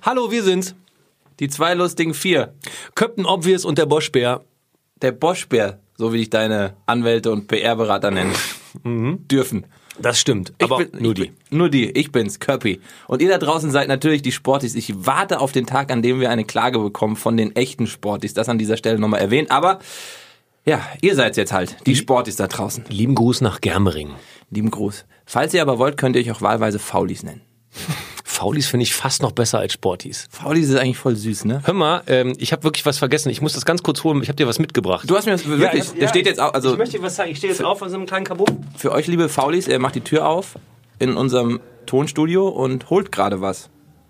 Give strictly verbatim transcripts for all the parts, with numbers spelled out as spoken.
Hallo, wir sind's. Die zwei lustigen vier. Captain Obvious und der Boschbär. Der Boschbär, so wie dich deine Anwälte und P R-Berater nennen, mhm. dürfen. Das stimmt, aber bin, nur die. Bin, nur die, ich bin's, Köppi. Und ihr da draußen seid natürlich die Sportis. Ich warte auf den Tag, an dem wir eine Klage bekommen von den echten Sportis. Das an dieser Stelle nochmal erwähnt. Aber ja, ihr seid's jetzt halt, die Sportis da draußen. Lieben Gruß nach Germering. Lieben Gruß. Falls ihr aber wollt, könnt ihr euch auch wahlweise Faulis nennen. Faulis finde ich fast noch besser als Sportis. Faulis ist eigentlich voll süß, ne? Hör mal, ähm, ich habe wirklich was vergessen. Ich muss das ganz kurz holen. Ich habe dir was mitgebracht. Du hast mir das wirklich, ja, der ja, steht jetzt auch, also. Ich möchte dir was sagen. Ich stehe jetzt auf von so einem kleinen Kabuff. Für euch, liebe Faulis, er macht die Tür auf in unserem Tonstudio und holt gerade was.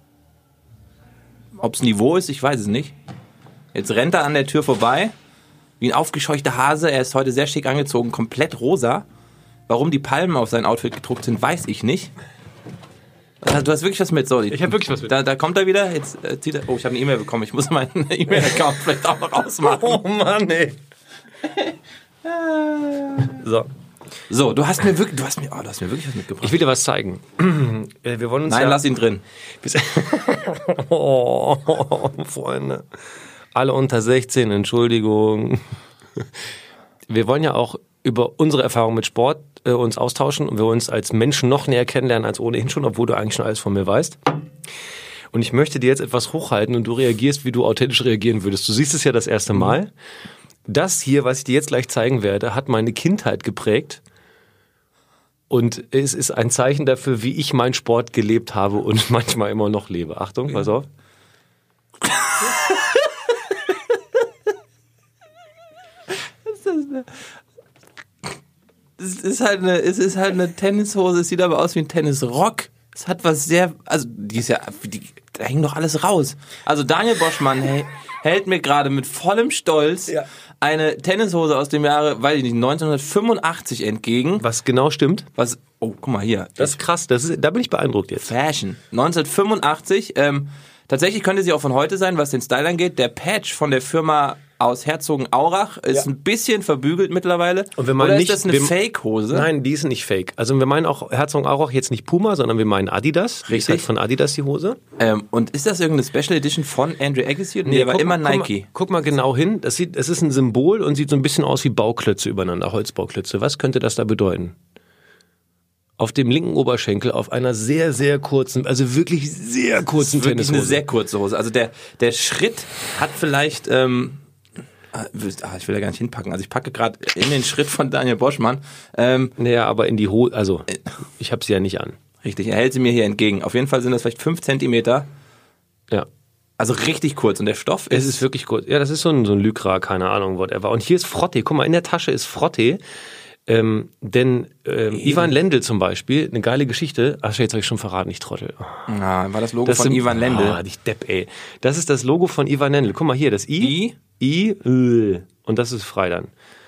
Ob's Niveau ist, ich weiß es nicht. Jetzt rennt er an der Tür vorbei, wie ein aufgescheuchter Hase. Er ist heute sehr schick angezogen, komplett rosa. Warum die Palmen auf sein Outfit gedruckt sind, weiß ich nicht. Du hast wirklich was mit, so. Ich habe wirklich was mit. Da, da kommt er wieder, jetzt äh, zieht er. Oh, ich habe eine E-Mail bekommen, ich muss meinen E-Mail-Account vielleicht auch noch ausmachen. Oh Mann, ey. So. So, du hast mir wirklich, du hast mir, oh, du hast mir wirklich was mitgebracht. Ich will dir was zeigen. Wir wollen uns Nein, ja lass ihn drin. Oh, Freunde. Alle unter sechzehn, Entschuldigung. Wir wollen ja auch über unsere Erfahrungen mit Sport äh, uns austauschen und wir uns als Menschen noch näher kennenlernen als ohnehin schon, obwohl du eigentlich schon alles von mir weißt. Und ich möchte dir jetzt etwas hochhalten und du reagierst, wie du authentisch reagieren würdest. Du siehst es ja das erste Mal. Das hier, was ich dir jetzt gleich zeigen werde, hat meine Kindheit geprägt. Und es ist ein Zeichen dafür, wie ich meinen Sport gelebt habe und manchmal immer noch lebe. Achtung, pass auf. Es ist halt eine, es ist halt eine Tennishose, es sieht aber aus wie ein Tennisrock. Es hat was sehr, also die ist ja, die, da hängt doch alles raus. Also Daniel Boschmann hey, hält mir gerade mit vollem Stolz ja. eine Tennishose aus dem Jahre, weiß ich nicht, neunzehnhundertfünfundachtzig entgegen. Was genau stimmt? Was? Oh, guck mal hier. Das ist krass, das ist, da bin ich beeindruckt jetzt. Fashion. neunzehnhundertfünfundachtzig, ähm, tatsächlich könnte sie auch von heute sein, was den Style angeht. Der Patch von der Firma aus Herzogenaurach ist ja. ein bisschen verbügelt mittlerweile. Und wir meinen Oder nicht, ist das eine Fake-Hose? Nein, die ist nicht fake. Also wir meinen auch Herzogenaurach jetzt nicht Puma, sondern wir meinen Adidas. Richtig. Halt von Adidas die Hose. Ähm, und ist das irgendeine Special Edition von Andrew Agassi? Nee, der war immer mal, Nike. Guck mal, guck mal genau hin. Das sieht, es ist ein Symbol und sieht so ein bisschen aus wie Bauklötze übereinander, Holzbauklötze. Was könnte das da bedeuten? Auf dem linken Oberschenkel auf einer sehr, sehr kurzen, also wirklich sehr kurzen das ist wirklich Tennishose. Eine sehr kurze Hose. Also der, der Schritt hat vielleicht, ähm, ah, ich will da gar nicht hinpacken. Also ich packe gerade in den Schritt von Daniel Boschmann. Ähm, naja, aber in die Hose, also ich habe sie ja nicht an. Richtig, er hält sie mir hier entgegen. Auf jeden Fall sind das vielleicht fünf Zentimeter. Ja. Also richtig kurz. Und der Stoff ist... Es ist wirklich kurz. Ja, das ist so ein, so ein Lycra, keine Ahnung, whatever. Und hier ist Frotte. Guck mal, in der Tasche ist Frotte. Ähm, denn ähm, Ivan Lendl zum Beispiel, eine geile Geschichte, ach jetzt habe ich schon verraten, ich Trottel. Oh. Ah, war das Logo das von sind, Ivan Lendl? Ah, ich Depp, ey. Das ist das Logo von Ivan Lendl. Guck mal hier, das I, I, I, L. Und das ist frei dann.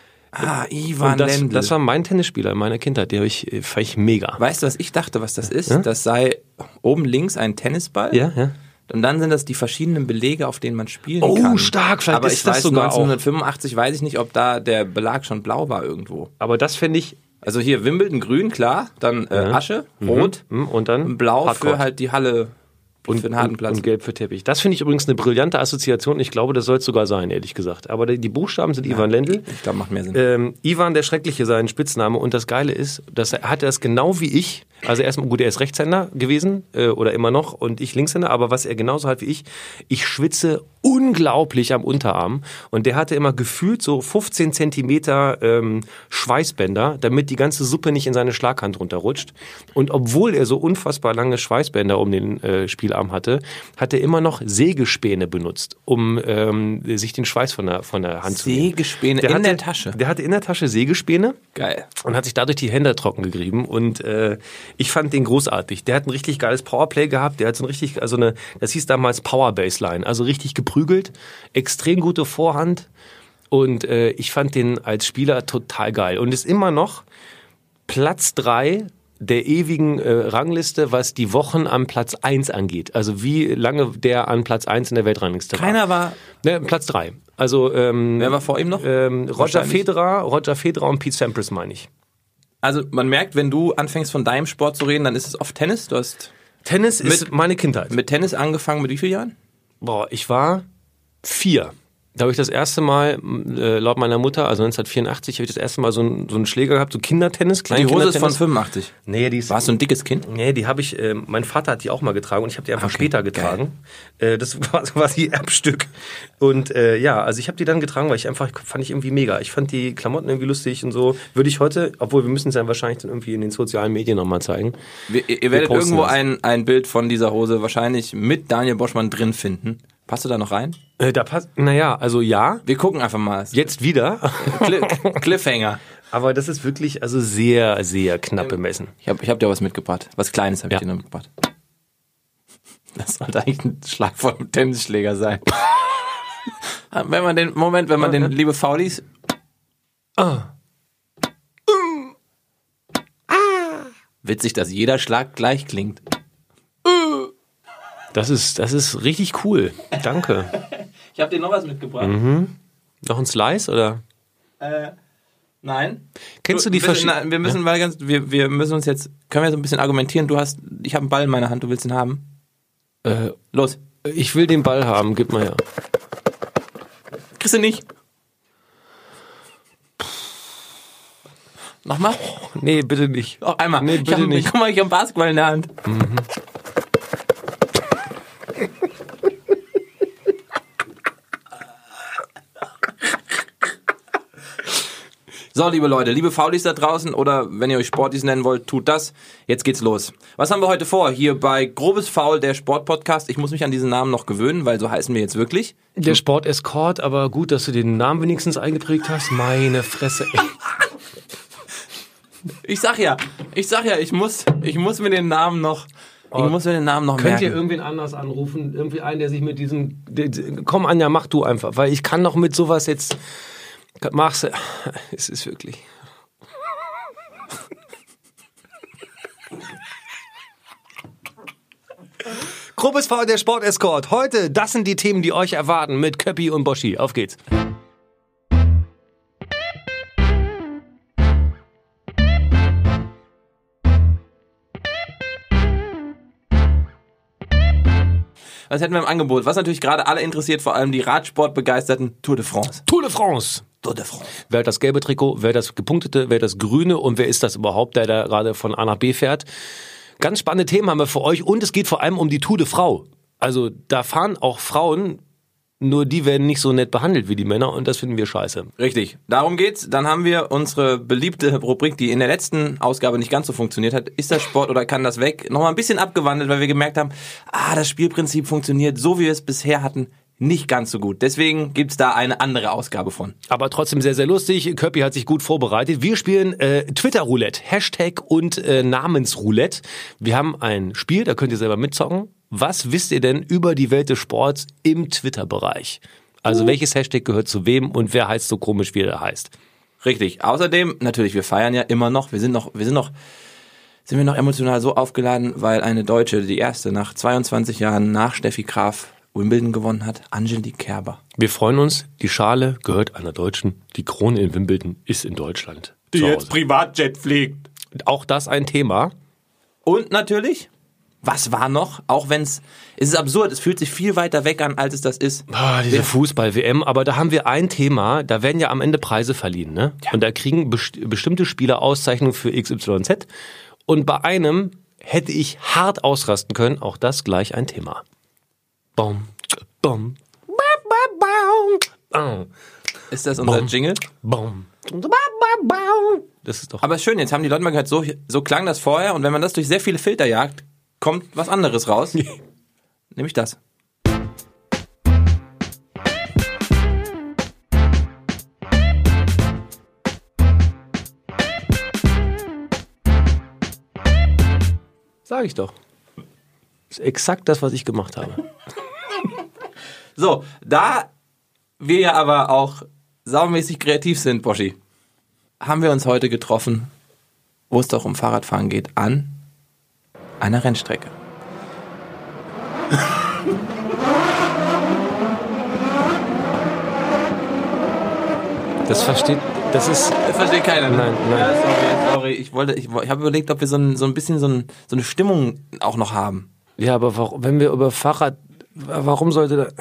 Ah, Ivan und das, Lendl. Das war mein Tennisspieler in meiner Kindheit, den ich, fand ich mega. Weißt du, was ich dachte, was das ist? Ja? Das sei oben links ein Tennisball. Ja, ja. Und dann sind das die verschiedenen Belege, auf denen man spielen oh, kann. Oh, stark, vielleicht aber ist ich das weiß, sogar neunzehnhundertfünfundachtzig auch. Weiß ich nicht, ob da der Belag schon blau war irgendwo. Aber das fände ich... Also hier Wimbledon grün, klar, dann äh, Asche, rot mhm. und dann blau Hardcore. für halt die Halle und, für den harten Platz. Und gelb für Teppich. Das finde ich übrigens eine brillante Assoziation. Ich glaube, das soll es sogar sein, ehrlich gesagt. Aber die, die Buchstaben sind ja, Ivan Lendl. Ich glaube, macht mehr Sinn. Ähm, Ivan der Schreckliche, sein Spitzname. Und das Geile ist, dass er hatte das genau wie ich. Also erstmal, gut, er ist Rechtshänder gewesen äh, oder immer noch und ich Linkshänder. Aber was er genauso hat wie ich, ich schwitze unglaublich am Unterarm. Und der hatte immer gefühlt so fünfzehn Zentimeter ähm, Schweißbänder, damit die ganze Suppe nicht in seine Schlaghand runterrutscht. Und obwohl er so unfassbar lange Schweißbänder um den äh, Spielarm hatte, hat er immer noch Sägespäne benutzt, um ähm, sich den Schweiß von der, von der Hand zu nehmen. Sägespäne in hatte, der Tasche? Der hatte in der Tasche Sägespäne. Geil. Und hat sich dadurch die Hände trocken gegrieben. Und äh, ich fand den großartig. Der hat ein richtig geiles Powerplay gehabt. Der hat so ein richtig, also eine, das hieß damals Power Baseline, also richtig geprügelt, extrem gute Vorhand. Und äh, ich fand den als Spieler total geil. Und ist immer noch Platz drei der ewigen äh, Rangliste, was die Wochen am Platz eins angeht. Also wie lange der an Platz eins in der Weltrangliste war. Keiner war... Ne, Platz drei. Also, ähm, wer war vor ihm noch? Ähm, Roger Federer, Roger Federer und Pete Sampras, meine ich. Also man merkt, wenn du anfängst von deinem Sport zu reden, dann ist es oft Tennis. Du hast Tennis ist Mit- meine Kindheit. Mit Tennis angefangen mit wie vielen Jahren? Boah, ich war vier. Da habe ich das erste Mal, äh, laut meiner Mutter, also neunzehnhundertvierundachtzig, habe ich das erste Mal so, ein, so einen Schläger gehabt, so Kindertennis, Die Hose ist von Kleinkindertennis. fünfundachtzig. Nee, die ist, Warst du ein dickes Kind? nee, die habe ich, äh, mein Vater hat die auch mal getragen und ich habe die einfach Okay, später getragen. Äh, das war quasi Erbstück. Und äh, ja, also ich habe die dann getragen, weil ich einfach, fand ich irgendwie mega. Ich fand die Klamotten irgendwie lustig und so. Würde ich heute, obwohl wir müssen es dann wahrscheinlich dann irgendwie in den sozialen Medien nochmal zeigen. Wir, ihr werdet posten irgendwo das. ein, ein Bild von dieser Hose wahrscheinlich mit Daniel Boschmann drin finden. Passt du da noch rein? Äh, da passt, naja, also ja, Wir gucken einfach mal. jetzt wieder. Cli- Cliffhanger. Aber das ist wirklich also sehr, sehr knapp bemessen. Ich habe ich hab dir was mitgebracht. Was Kleines habe ich Ja. dir noch mitgebracht. Das sollte eigentlich ein Schlag vom Tennisschläger sein. wenn man den, Moment, wenn man den, liebe Faulis. Witzig, dass jeder Schlag gleich klingt. Das ist, das ist richtig cool. Danke. Ich habe dir noch was mitgebracht. Noch ein Slice oder? Nein. Kennst du die wir, müssen, verschiedenen? wir müssen mal ganz, wir, wir müssen uns jetzt, können wir so ein bisschen argumentieren. Du hast, ich habe einen Ball in meiner Hand, du willst ihn haben. Äh, Los. ich will den Ball haben, gib mal her. Kriegst du nicht? Nochmal? Nee, bitte nicht. Noch einmal. Nee, ich bitte hab, nicht. Guck mal, ich habe einen Basketball in der Hand. So, liebe Leute, liebe Faulis da draußen oder wenn ihr euch Sportis nennen wollt, tut das. Jetzt geht's los. Was haben wir heute vor? Hier bei Grobes Faul, der Sportpodcast. Ich muss mich an diesen Namen noch gewöhnen, weil so heißen wir jetzt wirklich. Der Sport Escort, aber gut, dass du den Namen wenigstens eingeprägt hast. Meine Fresse. Ey. Ich sag ja, ich sag ja, ich muss, ich muss mir den Namen noch, ich muss mir den Namen noch Könnt merken. ihr irgendwen anders anrufen? Irgendwie einen, der sich mit diesem... der- der- Komm, Anja, mach du einfach. Weil ich kann doch mit sowas jetzt... Mach's... Es ist wirklich... Grobes Faul, der Sport Escort. Heute, das sind die Themen, die euch erwarten mit Köppi und Boschi. Auf geht's. Was hätten wir im Angebot? Was natürlich gerade alle interessiert, vor allem die Radsportbegeisterten, Tour de France. Tour de France. Tour de France. Wer hat das gelbe Trikot, wer hat das gepunktete, wer hat das grüne und wer ist das überhaupt, der da gerade von A nach B fährt? Ganz spannende Themen haben wir für euch und es geht vor allem um die Tour de Frau. Also da fahren auch Frauen, nur die werden nicht so nett behandelt wie die Männer und das finden wir scheiße. Richtig, darum geht's. Dann haben wir unsere beliebte Rubrik, die in der letzten Ausgabe nicht ganz so funktioniert hat. Ist das Sport oder kann das weg? Nochmal ein bisschen abgewandelt, weil wir gemerkt haben, ah, das Spielprinzip funktioniert, so wie wir es bisher hatten, nicht ganz so gut. Deswegen gibt's da eine andere Ausgabe von. Aber trotzdem sehr, sehr lustig. Köppi hat sich gut vorbereitet. Wir spielen äh, Twitter-Roulette, Hashtag und äh, Namensroulette. Wir haben ein Spiel, da könnt ihr selber mitzocken. Was wisst ihr denn über die Welt des Sports im Twitter-Bereich? Also uh. welches Hashtag gehört zu wem und wer heißt so komisch, wie er heißt? Richtig. Außerdem, natürlich, wir feiern ja immer noch. Wir sind noch, wir sind noch, sind wir noch emotional so aufgeladen, weil eine Deutsche, die erste nach zweiundzwanzig Jahren nach Steffi Graf Wimbledon gewonnen hat, Angelique Kerber. Wir freuen uns, die Schale gehört einer Deutschen, die Krone in Wimbledon ist in Deutschland. Die zu jetzt Hause. Privatjet fliegt. Auch das ein Thema. Und natürlich, was war noch? Auch wenn es, es ist absurd, es fühlt sich viel weiter weg an, als es das ist. Ah, diese Fußball-W M, aber da haben wir ein Thema, da werden ja am Ende Preise verliehen, ne? Ja. Und da kriegen best- bestimmte Spieler Auszeichnungen für X Y Z. Und bei einem hätte ich hart ausrasten können, auch das gleich ein Thema. Bom, bom, bom, Ist das unser Bom. Jingle? bom. Das ist doch... Aber ist schön, jetzt haben die Leute mal gehört, so, so klang das vorher und wenn man das durch sehr viele Filter jagt, kommt was anderes raus. Nämlich das. Sag ich doch. Das ist exakt das, was ich gemacht habe. So, da wir ja aber auch saumäßig kreativ sind, Boschi, haben wir uns heute getroffen, wo es doch um Fahrradfahren geht, an einer Rennstrecke. Das versteht... Das ist... Das versteht keiner. Ne? Nein, nein. Ja, sorry, sorry. Ich wollte, ich, ich habe überlegt, ob wir so ein, so ein bisschen so, ein, so eine Stimmung auch noch haben. Ja, aber warum, wenn wir über Fahrrad, warum sollte da...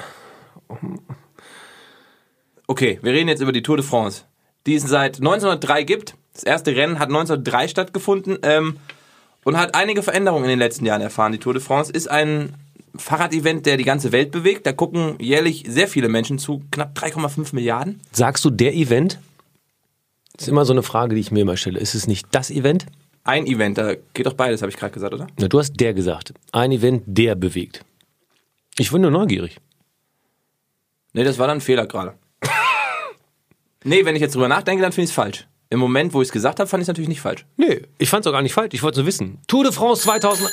Okay, wir reden jetzt über die Tour de France, die es seit neunzehnhundertdrei gibt. Das erste Rennen hat neunzehnhundertdrei stattgefunden ähm, und hat einige Veränderungen in den letzten Jahren erfahren. Die Tour de France ist ein Fahrrad-Event, der die ganze Welt bewegt. Da gucken jährlich sehr viele Menschen zu, knapp drei Komma fünf Milliarden. Sagst du der Event? Das ist immer so eine Frage, die ich mir immer stelle. Ist es nicht das Event? Ein Event, da geht doch beides, habe ich gerade gesagt, oder? Na, du hast der gesagt. Ein Event, der bewegt. Ich bin nur neugierig. Nee, das war dann ein Fehler gerade. Nee, wenn ich jetzt drüber nachdenke, dann finde ich es falsch. Im Moment, wo ich es gesagt habe, fand ich es natürlich nicht falsch. Nee, ich fand es auch gar nicht falsch. Ich wollte es nur wissen. Tour de France zweitausend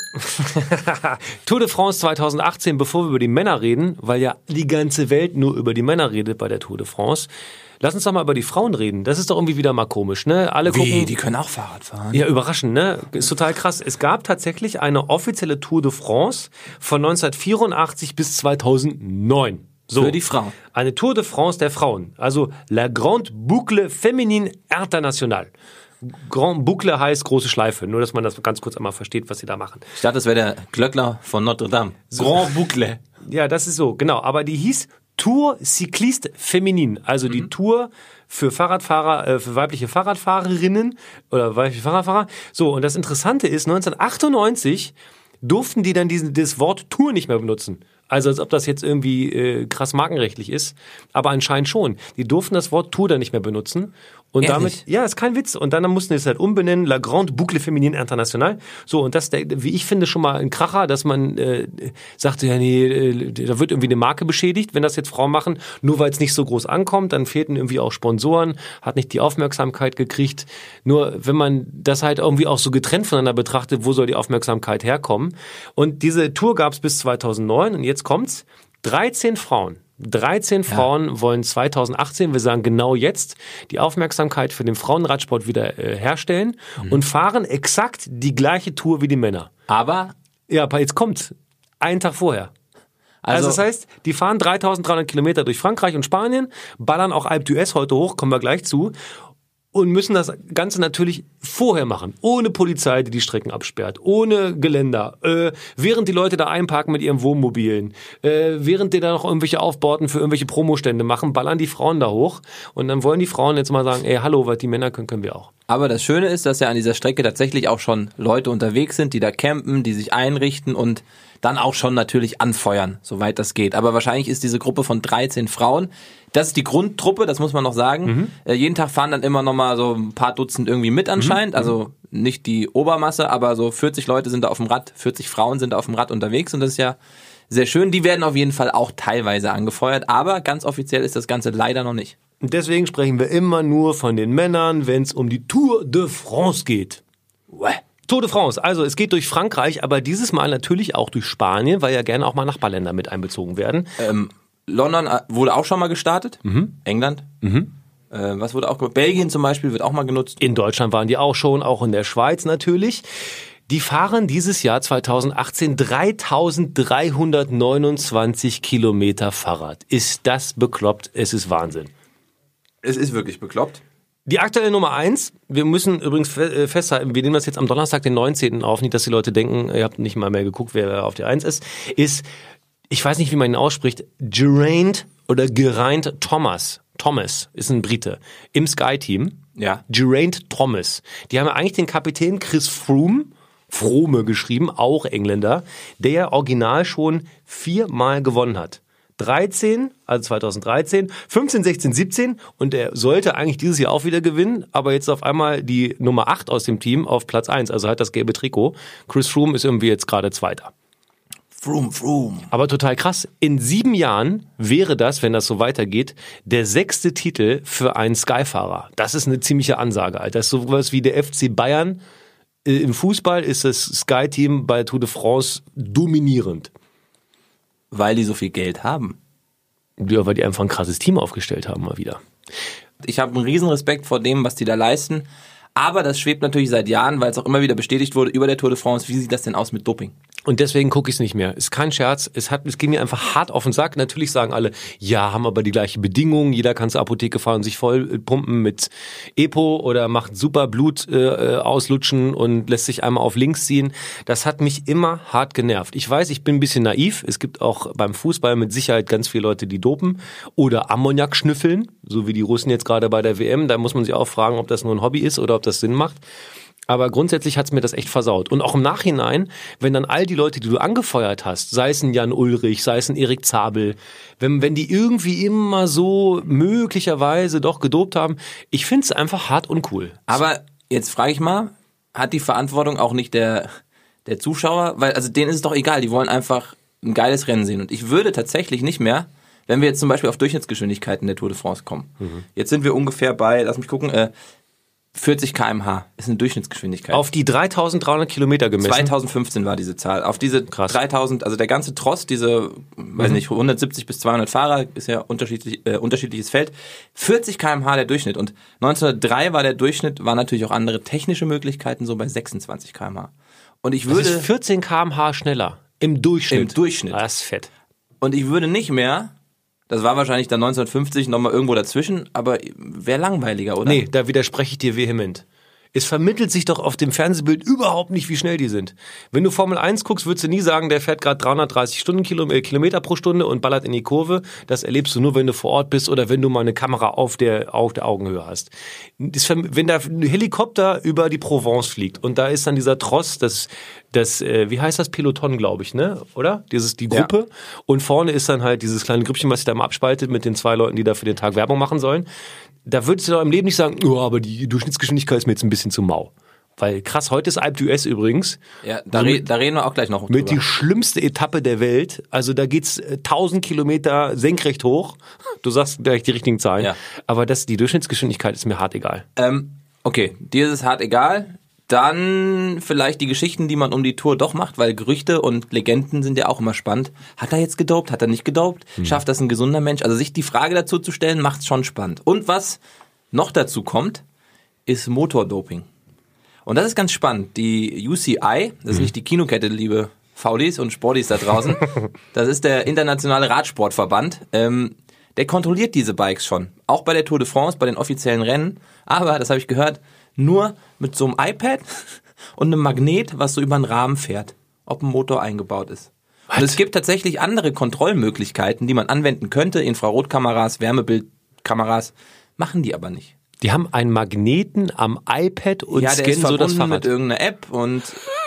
Tour de France zweitausendachtzehn, bevor wir über die Männer reden, weil ja die ganze Welt nur über die Männer redet bei der Tour de France. Lass uns doch mal über die Frauen reden. Das ist doch irgendwie wieder mal komisch, ne? Alle Wie, gucken, die können auch Fahrrad fahren? Ja, überraschend, ne? Ist total krass. Es gab tatsächlich eine offizielle Tour de France von neunzehnhundertvierundachtzig bis zweitausendneun. So, für die Frauen. Eine Tour de France der Frauen. Also La Grande Boucle Féminine Internationale. Grand Boucle heißt große Schleife. Nur, dass man das ganz kurz einmal versteht, was sie da machen. Ich dachte, das wäre der Glöckner von Notre Dame. So. Grand Boucle. Ja, das ist so, genau. Aber die hieß Tour Cycliste Féminine. Also die mhm. Tour für Fahrradfahrer, äh, für weibliche Fahrradfahrerinnen oder weibliche Fahrradfahrer. So, und das Interessante ist, neunzehnhundertachtundneunzig durften die dann diesen, das Wort Tour nicht mehr benutzen. Also als ob das jetzt irgendwie äh, krass markenrechtlich ist. Aber anscheinend schon. Die durften das Wort Tour dann nicht mehr benutzen. Und Ehrlich? damit, ja, ist kein Witz. Und dann mussten sie es halt umbenennen, La Grande Boucle Féminine Internationale. So, und das, wie ich finde, schon mal ein Kracher, dass man äh, sagte, ja, nee, äh, da wird irgendwie eine Marke beschädigt, wenn das jetzt Frauen machen, nur weil es nicht so groß ankommt, dann fehlten irgendwie auch Sponsoren, hat nicht die Aufmerksamkeit gekriegt. Nur wenn man das halt irgendwie auch so getrennt voneinander betrachtet, wo soll die Aufmerksamkeit herkommen? Und diese Tour gab es bis zweitausendneun und jetzt kommt's, dreizehn Frauen. dreizehn Frauen ja. wollen zweitausendachtzehn, wir sagen genau jetzt, die Aufmerksamkeit für den Frauenradsport wieder äh, herstellen mhm. und fahren exakt die gleiche Tour wie die Männer. Aber? Ja, aber jetzt kommt einen Tag vorher. Also, also das heißt, die fahren dreitausenddreihundert Kilometer durch Frankreich und Spanien, ballern auch Alpe d'Huez heute hoch, kommen wir gleich zu. Und müssen das Ganze natürlich vorher machen, ohne Polizei, die die Strecken absperrt, ohne Geländer, äh, während die Leute da einparken mit ihren Wohnmobilen, äh, während die da noch irgendwelche Aufbauten für irgendwelche Promostände machen, ballern die Frauen da hoch und dann wollen die Frauen jetzt mal sagen, ey, hallo, was die Männer können, können wir auch. Aber das Schöne ist, dass ja an dieser Strecke tatsächlich auch schon Leute unterwegs sind, die da campen, die sich einrichten und dann auch schon natürlich anfeuern, soweit das geht. Aber wahrscheinlich ist diese Gruppe von dreizehn Frauen, das ist die Grundtruppe, das muss man noch sagen. Mhm. Äh, jeden Tag fahren dann immer noch mal so ein paar Dutzend irgendwie mit anscheinend. Mhm. Also nicht die Obermasse, aber so vierzig Leute sind da auf dem Rad, vierzig Frauen sind da auf dem Rad unterwegs und das ist ja sehr schön. Die werden auf jeden Fall auch teilweise angefeuert, aber ganz offiziell ist das Ganze leider noch nicht. Und deswegen sprechen wir immer nur von den Männern, wenn es um die Tour de France geht. Uäh. Tour de France, also es geht durch Frankreich, aber dieses Mal natürlich auch durch Spanien, weil ja gerne auch mal Nachbarländer mit einbezogen werden. Ähm, London wurde auch schon mal gestartet, mhm. England. Mhm. Äh, was wurde auch gemacht? Belgien zum Beispiel wird auch mal genutzt. In Deutschland waren die auch schon, auch in der Schweiz natürlich. Die fahren dieses Jahr zweitausendachtzehn dreitausenddreihundertneunundzwanzig Kilometer Fahrrad. Ist das bekloppt? Es ist Wahnsinn. Es ist wirklich bekloppt. Die aktuelle Nummer eins, wir müssen übrigens festhalten, wir nehmen das jetzt am Donnerstag, den neunzehnten auf, nicht, dass die Leute denken, ihr habt nicht mal mehr geguckt, wer auf der eins ist, ist, ich weiß nicht, wie man ihn ausspricht, Geraint oder Geraint Thomas. Thomas ist ein Brite im Sky-Team. Ja. Geraint Thomas. Die haben ja eigentlich den Kapitän Chris Froome, Froome geschrieben, auch Engländer, der original schon viermal gewonnen hat. dreizehn, also zweitausenddreizehn, fünfzehn, sechzehn, siebzehn und er sollte eigentlich dieses Jahr auch wieder gewinnen, aber jetzt auf einmal die Nummer acht aus dem Team auf Platz eins, also hat das gelbe Trikot. Chris Froome ist irgendwie jetzt gerade Zweiter. Froome, Froome. Aber total krass. In sieben Jahren wäre das, wenn das so weitergeht, der sechste Titel für einen Sky-Fahrer. Das ist eine ziemliche Ansage, Alter. Das ist sowas wie der F C Bayern. Im Fußball ist das Sky-Team bei Tour de France dominierend. Weil die so viel Geld haben. Ja, weil die einfach ein krasses Team aufgestellt haben mal wieder. Ich habe einen riesen Respekt vor dem, was die da leisten. Aber das schwebt natürlich seit Jahren, weil es auch immer wieder bestätigt wurde über der Tour de France. Wie sieht das denn aus mit Doping? Und deswegen gucke ich es nicht mehr. Ist kein Scherz. Es hat, es ging mir einfach hart auf den Sack. Natürlich sagen alle, ja, haben aber die gleichen Bedingungen. Jeder kann zur Apotheke fahren und sich voll pumpen mit Epo oder macht super Blut äh, auslutschen und lässt sich einmal auf links ziehen. Das hat mich immer hart genervt. Ich weiß, ich bin ein bisschen naiv. Es gibt auch beim Fußball mit Sicherheit ganz viele Leute, die dopen oder Ammoniak schnüffeln, so wie die Russen jetzt gerade bei der W M. Da muss man sich auch fragen, ob das nur ein Hobby ist oder ob das Sinn macht. Aber grundsätzlich hat's mir das echt versaut. Und auch im Nachhinein, wenn dann all die Leute, die du angefeuert hast, sei es ein Jan Ulrich, sei es ein Erik Zabel, wenn, wenn die irgendwie immer so möglicherweise doch gedopt haben, ich find's einfach hart uncool. Aber jetzt frage ich mal, hat die Verantwortung auch nicht der, der Zuschauer? Weil, also denen ist es doch egal, die wollen einfach ein geiles Rennen sehen. Und ich würde tatsächlich nicht mehr, wenn wir jetzt zum Beispiel auf Durchschnittsgeschwindigkeiten der Tour de France kommen. Mhm. Jetzt sind wir ungefähr bei, lass mich gucken, äh, vierzig Kilometer pro Stunde ist eine Durchschnittsgeschwindigkeit. Auf die dreitausenddreihundert Kilometer gemessen? zweitausendfünfzehn war diese Zahl. Auf diese Krass. dreitausend, also der ganze Tross, diese, mhm. weiß nicht, hundertsiebzig bis zweihundert Fahrer, ist ja unterschiedlich, äh, unterschiedliches Feld. vierzig Kilometer pro Stunde der Durchschnitt. Und neunzehnhundertdrei war der Durchschnitt, waren natürlich auch andere technische Möglichkeiten, so bei sechsundzwanzig Kilometer pro Stunde. Und ich würde... Das ist vierzehn Kilometer pro Stunde schneller. Im Durchschnitt? Im Durchschnitt. Das ist fett. Und ich würde nicht mehr... Das war wahrscheinlich dann neunzehnhundertfünfzig nochmal irgendwo dazwischen, aber wäre langweiliger, oder? Nee, da widerspreche ich dir vehement. Es vermittelt sich doch auf dem Fernsehbild überhaupt nicht, wie schnell die sind. Wenn du Formel eins guckst, würdest du nie sagen, der fährt gerade dreihundertdreißig Stundenkilometer pro Stunde und ballert in die Kurve. Das erlebst du nur, wenn du vor Ort bist oder wenn du mal eine Kamera auf der, auf der Augenhöhe hast. Das, wenn da ein Helikopter über die Provence fliegt und da ist dann dieser Tross, das, das, äh, wie heißt das? Peloton, glaube ich, ne? Oder? Dieses, die Gruppe. Ja. Und vorne ist dann halt dieses kleine Grüppchen, was sich da mal abspaltet mit den zwei Leuten, die da für den Tag Werbung machen sollen. Da würdest du doch im Leben nicht sagen, oh, aber die Durchschnittsgeschwindigkeit ist mir jetzt ein bisschen zu mau. Weil krass, heute ist Alpe d'Huez übrigens. Ja, da, re- da reden wir auch gleich noch drüber. Mit die schlimmste Etappe der Welt. Also da geht's tausend Kilometer senkrecht hoch. Du sagst gleich die richtigen Zahlen. Ja. Aber das, die Durchschnittsgeschwindigkeit ist mir hart egal. Ähm, okay, dir ist es hart egal. Dann vielleicht die Geschichten, die man um die Tour doch macht, weil Gerüchte und Legenden sind ja auch immer spannend. Hat er jetzt gedopt? Hat er nicht gedopt? Hm. Schafft das ein gesunder Mensch? Also sich die Frage dazu zu stellen, macht's schon spannend. Und was noch dazu kommt, ist Motordoping. Und das ist ganz spannend. Die U C I, das ist nicht die Kinokette, liebe Faulis und Sportis da draußen, das ist der internationale Radsportverband, ähm, der kontrolliert diese Bikes schon. Auch bei der Tour de France, bei den offiziellen Rennen. Aber, das habe ich gehört, nur mit so einem iPad und einem Magnet, was so über den Rahmen fährt, ob ein Motor eingebaut ist. What? Und es gibt tatsächlich andere Kontrollmöglichkeiten, die man anwenden könnte, Infrarotkameras, Wärmebildkameras, machen die aber nicht. Die haben einen Magneten am iPad und ja, der scannen ist so das verbunden Fahrrad. mit irgendeiner App und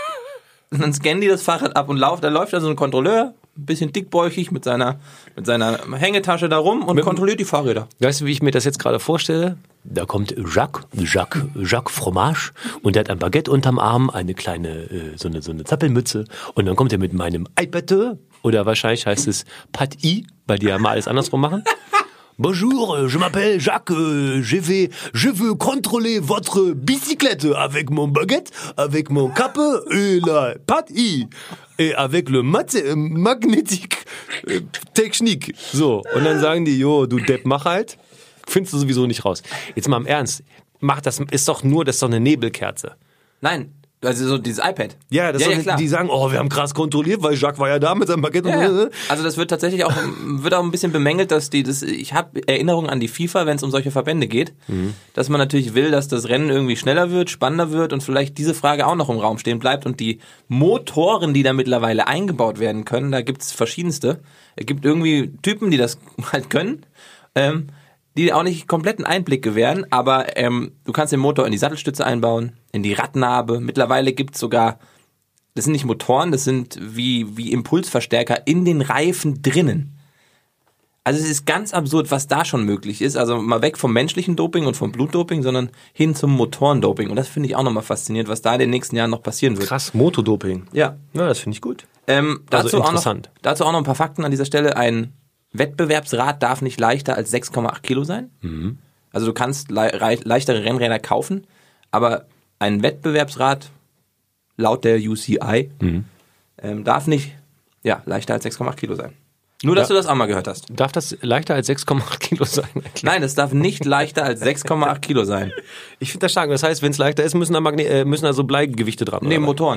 dann scannen die das Fahrrad ab und laufen. Da läuft also ein Kontrolleur, ein bisschen dickbäuchig mit seiner, mit seiner Hängetasche da rum und mit, kontrolliert die Fahrräder. Weißt du, wie ich mir das jetzt gerade vorstelle? Da kommt Jacques, Jacques, Jacques Fromage und der hat ein Baguette unterm Arm, eine kleine, so eine, so eine Zappelmütze und dann kommt er mit meinem iPad oder wahrscheinlich heißt es Pat-I, weil die ja mal alles andersrum machen. Bonjour, je m'appelle Jacques, je vais, je veux contrôler votre bicyclette avec mon baguette, avec mon cape et la Pat-I et avec le mat- magnétique Technik. So, und dann sagen die, jo, du Depp, mach halt. Findest du sowieso nicht raus. Jetzt mal im Ernst, mach das, ist doch nur, das ist doch eine Nebelkerze. Nein, also so dieses iPad. Ja, das ja, ja, ja, klar. Die sagen, oh, wir haben krass kontrolliert, weil Jacques war ja da mit seinem Baguette. Ja, ja. Also das wird tatsächlich auch, wird auch ein bisschen bemängelt, dass die, das, ich habe Erinnerungen an die FIFA, wenn es um solche Verbände geht, mhm. dass man natürlich will, dass das Rennen irgendwie schneller wird, spannender wird und vielleicht diese Frage auch noch im Raum stehen bleibt und die Motoren, die da mittlerweile eingebaut werden können, da gibt's verschiedenste. Es gibt irgendwie Typen, die das halt können, ähm, die auch nicht kompletten Einblick gewähren, aber ähm, du kannst den Motor in die Sattelstütze einbauen, in die Radnabe. Mittlerweile gibt's sogar, das sind nicht Motoren, das sind wie, wie Impulsverstärker in den Reifen drinnen. Also es ist ganz absurd, was da schon möglich ist. Also mal weg vom menschlichen Doping und vom Blutdoping, sondern hin zum Motorendoping. Und das finde ich auch nochmal faszinierend, was da in den nächsten Jahren noch passieren wird. Krass, Motordoping. Ja. Ja, das finde ich gut. Ähm, dazu, also interessant. Auch noch, dazu auch noch ein paar Fakten an dieser Stelle. Ein Wettbewerbsrad darf nicht leichter als sechs Komma acht Kilo sein. Mhm. Also du kannst le- leichtere Rennräder kaufen, aber ein Wettbewerbsrad laut der U C I mhm. ähm, darf nicht ja, leichter als sechs Komma acht Kilo sein. Nur, dass ja. du das auch mal gehört hast. Darf das leichter als sechs Komma acht Kilo sein? Nein, das darf nicht leichter als sechs Komma acht Kilo sein. Ich finde das stark. Das heißt, wenn es leichter ist, müssen da, Magne- äh, müssen da so Bleigewichte dran. Nee, Motoren.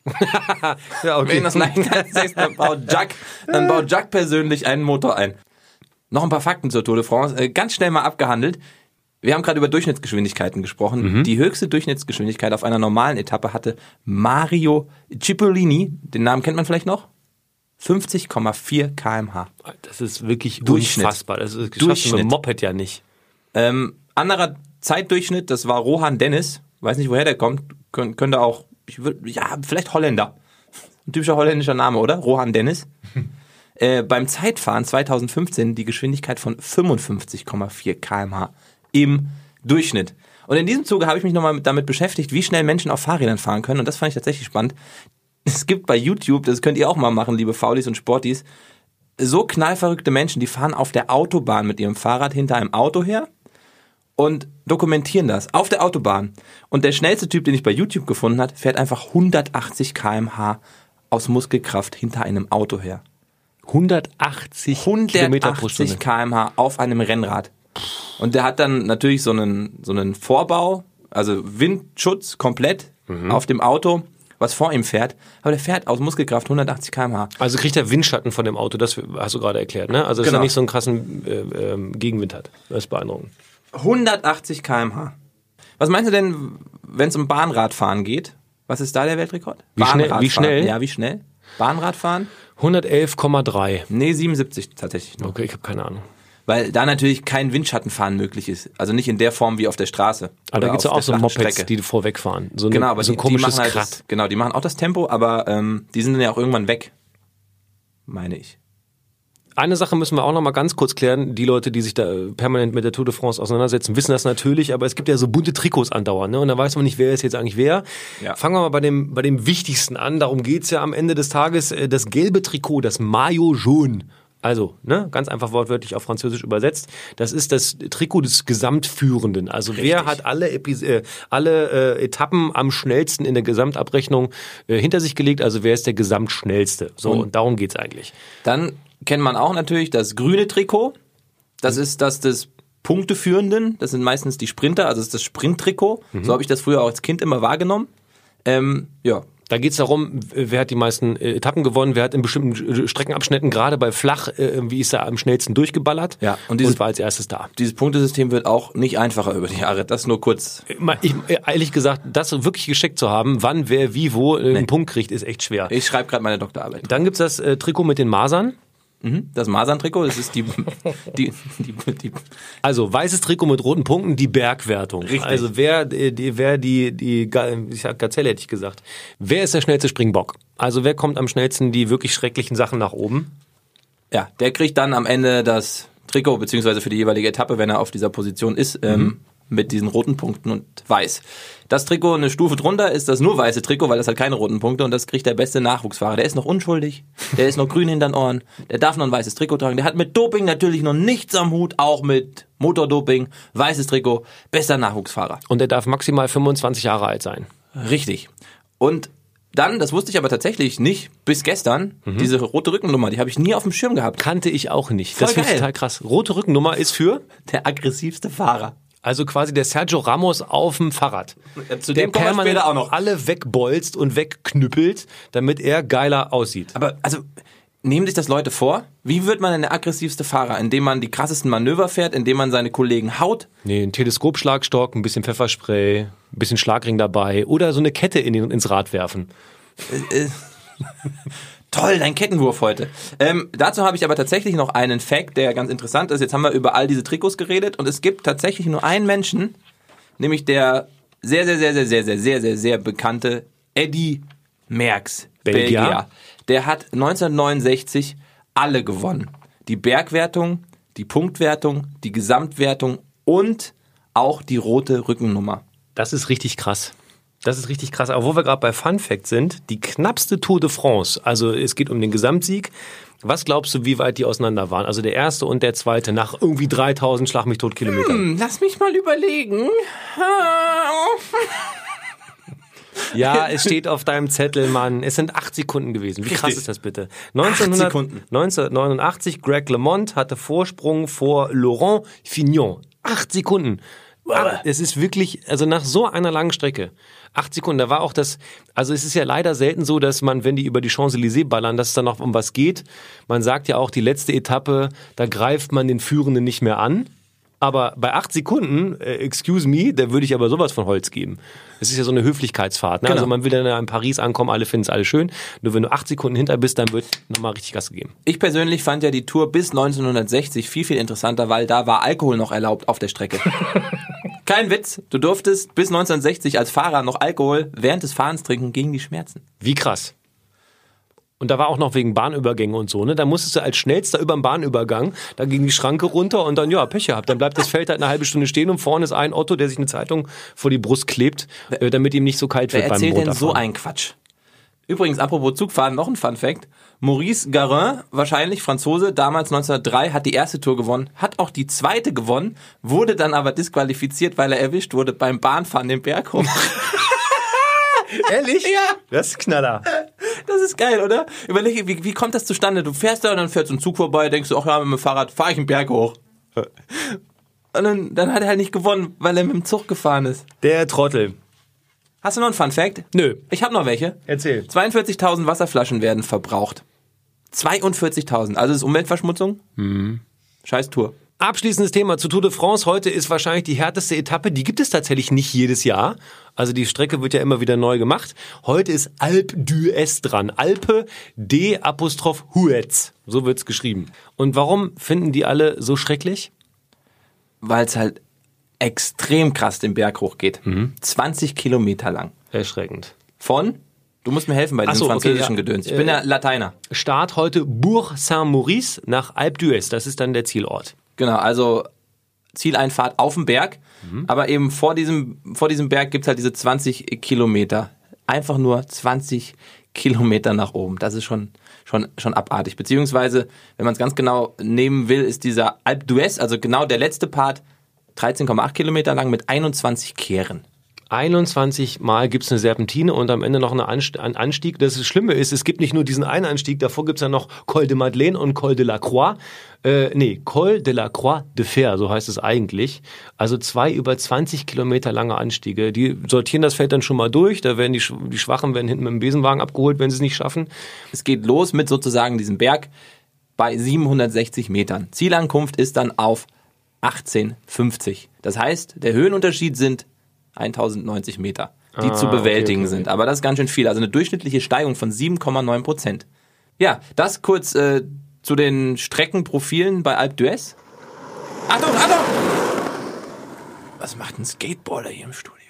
Ja, okay. Wenn das Leichtathletik ist, dann baut Jacques, dann baut Jacques persönlich einen Motor ein. Noch ein paar Fakten zur Tour de France, äh, ganz schnell mal abgehandelt. Wir haben gerade über Durchschnittsgeschwindigkeiten gesprochen. Mhm. Die höchste Durchschnittsgeschwindigkeit auf einer normalen Etappe hatte Mario Cipollini, den Namen kennt man vielleicht noch? fünfzig Komma vier Kilometer pro Stunde. Das ist wirklich Durchschnitt. unfassbar. Das ist Durchschnitt. Mit dem Moped ja nicht. Ähm, anderer Zeitdurchschnitt, das war Rohan Dennis. Weiß nicht, woher der kommt. Kön- könnte auch, ich würd, ja, vielleicht Holländer. Ein typischer holländischer Name, oder? Rohan Dennis. äh, beim Zeitfahren zweitausendfünfzehn die Geschwindigkeit von fünfundfünfzig Komma vier Kilometer pro Stunde im Durchschnitt. Und in diesem Zuge habe ich mich nochmal damit beschäftigt, wie schnell Menschen auf Fahrrädern fahren können. Und das fand ich tatsächlich spannend. Es gibt bei YouTube, das könnt ihr auch mal machen, liebe Faulis und Sportis, so knallverrückte Menschen, die fahren auf der Autobahn mit ihrem Fahrrad hinter einem Auto her und dokumentieren das auf der Autobahn. Und der schnellste Typ, den ich bei YouTube gefunden habe, fährt einfach hundertachtzig Kilometer pro Stunde aus Muskelkraft hinter einem Auto her. hundertachtzig Kilometer pro Stunde. hundertachtzig Kilometer pro Stunde auf einem Rennrad. Und der hat dann natürlich so einen, so einen Vorbau, also Windschutz komplett mhm. auf dem Auto, was vor ihm fährt. Aber der fährt aus Muskelkraft hundertachtzig Kilometer pro Stunde. Also kriegt er Windschatten von dem Auto, das hast du gerade erklärt, ne? Also dass genau. er nicht so einen krassen äh, äh, Gegenwind hat. Das ist beeindruckend. hundertachtzig Kilometer pro Stunde. Was meinst du denn, wenn es um Bahnradfahren geht? Was ist da der Weltrekord? Wie schnell? Wie schnell? Ja, wie schnell? Bahnradfahren? hundertelf Komma drei. Nee, siebenundsiebzig tatsächlich noch. Okay, ich habe keine Ahnung. Weil da natürlich kein Windschattenfahren möglich ist. Also nicht in der Form wie auf der Straße. Aber da gibt es ja auch so Mopeds, Strecke. die vorwegfahren. So eine, genau, aber so ein die, komisches die machen halt Krat. das, genau, die machen auch das Tempo, aber ähm, die sind dann ja auch irgendwann weg. Meine ich. Eine Sache müssen wir auch noch mal ganz kurz klären. Die Leute, die sich da permanent mit der Tour de France auseinandersetzen, wissen das natürlich, aber es gibt ja so bunte Trikots andauernd, ne? Und da weiß man nicht, wer ist jetzt eigentlich wer. Ja. Fangen wir mal bei dem, bei dem Wichtigsten an. Darum geht's ja am Ende des Tages. Das gelbe Trikot, das Maillot jaune. Also, ne, ganz einfach wortwörtlich auf Französisch übersetzt. Das ist das Trikot des Gesamtführenden. Also Richtig. Wer hat alle, Epis- äh, alle äh, Etappen am schnellsten in der Gesamtabrechnung äh, hinter sich gelegt? Also wer ist der Gesamtschnellste? So, und, und darum geht's eigentlich. Dann kennt man auch natürlich das grüne Trikot. Das mhm. ist das des Punkteführenden. Das sind meistens die Sprinter, also das ist das Sprinttrikot. Mhm. So habe ich das früher auch als Kind immer wahrgenommen. Ähm, ja. Da geht es darum, wer hat die meisten Etappen gewonnen, wer hat in bestimmten Streckenabschnitten, gerade bei flach, wie ist er am schnellsten durchgeballert ja, und, dieses, und war als erstes da. Dieses Punktesystem wird auch nicht einfacher über die Jahre, das nur kurz. Ich, ehrlich gesagt, das wirklich gescheckt zu haben, wann, wer, wie, wo einen nee. Punkt kriegt, ist echt schwer. Ich schreibe gerade meine Doktorarbeit. Dann gibt's das äh, Trikot mit den Masern. Das Masern-Trikot, das ist die, die, die, die also weißes Trikot mit roten Punkten, die Bergwertung. Richtig. Also wer die, wer die, die ich sag Gazelle hätte ich gesagt. Wer ist der schnellste Springbock? Also wer kommt am schnellsten die wirklich schrecklichen Sachen nach oben? Ja, der kriegt dann am Ende das Trikot, beziehungsweise für die jeweilige Etappe, wenn er auf dieser Position ist, ähm, mhm. mit diesen roten Punkten und weiß. Das Trikot eine Stufe drunter ist das nur weiße Trikot, weil das hat keine roten Punkte und das kriegt der beste Nachwuchsfahrer. Der ist noch unschuldig, der ist noch grün hinter den Ohren, der darf noch ein weißes Trikot tragen. Der hat mit Doping natürlich noch nichts am Hut, auch mit Motordoping, weißes Trikot, bester Nachwuchsfahrer. Und der darf maximal fünfundzwanzig Jahre alt sein. Richtig. Und dann, das wusste ich aber tatsächlich nicht bis gestern, mhm. diese rote Rückennummer, die habe ich nie auf dem Schirm gehabt. Kannte ich auch nicht. Voll das finde ich total krass. Rote Rückennummer ist für? Der aggressivste Fahrer. Also quasi der Sergio Ramos auf dem Fahrrad. Ja, zu dem kommen wir später auch noch. Alle wegbolzt und wegknüppelt, damit er geiler aussieht. Aber also nehmen sich das Leute vor? Wie wird man denn der aggressivste Fahrer? Indem man die krassesten Manöver fährt, indem man seine Kollegen haut? Nee, ein Teleskopschlagstock, ein bisschen Pfefferspray, ein bisschen Schlagring dabei oder so eine Kette in den, ins Rad werfen. Äh, äh. Toll, dein Kettenwurf heute. Ähm, dazu habe ich aber tatsächlich noch einen Fact, der ganz interessant ist. Jetzt haben wir über all diese Trikots geredet und es gibt tatsächlich nur einen Menschen, nämlich der sehr, sehr, sehr, sehr, sehr, sehr, sehr, sehr, sehr bekannte Eddy Merckx, Belgier. Belgier. Der hat neunzehnhundertneunundsechzig alle gewonnen. Die Bergwertung, die Punktwertung, die Gesamtwertung und auch die rote Rückennummer. Das ist richtig krass. Das ist richtig krass. Aber wo wir gerade bei Fun Fact sind, die knappste Tour de France, also es geht um den Gesamtsieg. Was glaubst du, wie weit die auseinander waren? Also der erste und der zweite nach irgendwie dreitausend Schlag mich tot Kilometern. Hm, lass mich mal überlegen. Ja, es steht auf deinem Zettel, Mann. Es sind acht Sekunden gewesen. Wie krass Richtig. ist das bitte? neunzehnhundertneunundachtzig Greg LeMond hatte Vorsprung vor Laurent Fignon. Acht Sekunden. Aber es ist wirklich, also nach so einer langen Strecke, acht Sekunden, da war auch das, also es ist ja leider selten so, dass man, wenn die über die Champs-Élysées ballern, dass es dann noch um was geht. Man sagt ja auch, die letzte Etappe, da greift man den Führenden nicht mehr an. Aber bei acht Sekunden, äh, excuse me, da würde ich aber sowas von Holz geben. Es ist ja so eine Höflichkeitsfahrt. Ne? Genau. Also man will dann in Paris ankommen, alle finden es alles schön. Nur wenn du acht Sekunden hinter bist, dann wird nochmal richtig Gas gegeben. Ich persönlich fand ja die Tour bis neunzehnhundertsechzig viel, viel interessanter, weil da war Alkohol noch erlaubt auf der Strecke. Kein Witz, du durftest bis neunzehnhundertsechzig als Fahrer noch Alkohol während des Fahrens trinken gegen die Schmerzen. Wie krass. Und da war auch noch wegen Bahnübergänge und so, ne? Da musstest du als schnellster über den Bahnübergang, da ging die Schranke runter und dann, ja, Pech gehabt. Dann bleibt das Feld halt eine halbe Stunde stehen und vorne ist ein Otto, der sich eine Zeitung vor die Brust klebt, äh, damit ihm nicht so kalt wird Wer beim erzählt denn so Runterfahren. einen Quatsch? Übrigens, apropos Zugfahren, noch ein Fun-Fact. Maurice Garin, wahrscheinlich Franzose, damals neunzehnhundertdrei, hat die erste Tour gewonnen, hat auch die zweite gewonnen, wurde dann aber disqualifiziert, weil er erwischt wurde beim Bahnfahren den Berg hoch. Ehrlich? Ja. Das ist Knaller. Das ist geil, oder? Überlege, wie, wie kommt das zustande? Du fährst da und dann fährt so ein Zug vorbei, denkst du, ach ja, mit dem Fahrrad fahre ich einen Berg hoch. Und dann, dann hat er halt nicht gewonnen, weil er mit dem Zug gefahren ist. Der Trottel. Hast du noch einen Fun-Fact? Nö. Ich habe noch welche. Erzähl. zweiundvierzigtausend Wasserflaschen werden verbraucht. zweiundvierzigtausend. Also das ist Umweltverschmutzung? Mhm. Scheiß Tour. Abschließendes Thema zu Tour de France. Heute ist wahrscheinlich die härteste Etappe. Die gibt es tatsächlich nicht jedes Jahr. Also die Strecke wird ja immer wieder neu gemacht. Heute ist Alpe d'Huez dran. Alpe D Apostroph Huez. So wird's geschrieben. Und warum finden die alle so schrecklich? Weil es halt extrem krass den Berg hochgeht. Mhm. zwanzig Kilometer lang. Erschreckend. Von? Du musst mir helfen bei diesem Ach so, okay, französischen ja. Gedöns. Ich bin ja Lateiner. Start heute Bourg-Saint-Maurice nach Alpe d'Huez. Das ist dann der Zielort. Genau, also Zieleinfahrt auf dem Berg. Mhm. Aber eben vor diesem, vor diesem Berg gibt's halt diese zwanzig Kilometer. Einfach nur zwanzig Kilometer nach oben. Das ist schon, schon, schon abartig. Beziehungsweise, wenn man es ganz genau nehmen will, ist dieser Alpe d'Huez, also genau der letzte Part, dreizehn Komma acht Kilometer lang mit einundzwanzig Kehren. einundzwanzig Mal gibt's eine Serpentine und am Ende noch eine Anst- ein Anstieg. Das Schlimme ist, es gibt nicht nur diesen einen Anstieg, davor gibt's ja noch Col de Madeleine und Col de la Croix. Äh, nee, Col de la Croix de Fer, so heißt es eigentlich. Also zwei über zwanzig Kilometer lange Anstiege. Die sortieren das Feld dann schon mal durch. Da werden die, Sch- die Schwachen werden hinten mit dem Besenwagen abgeholt, wenn sie es nicht schaffen. Es geht los mit sozusagen diesem Berg bei siebenhundertsechzig Metern. Zielankunft ist dann auf achtzehnhundertfünfzig. Das heißt, der Höhenunterschied sind tausendneunzig Meter, die Ah, zu bewältigen okay, okay. sind. Aber das ist ganz schön viel. Also eine durchschnittliche Steigung von sieben Komma neun Prozent. Ja, das kurz äh, zu den Streckenprofilen bei Alpe d'Huez. Achtung, Achtung! Was macht ein Skateboarder hier im Studio?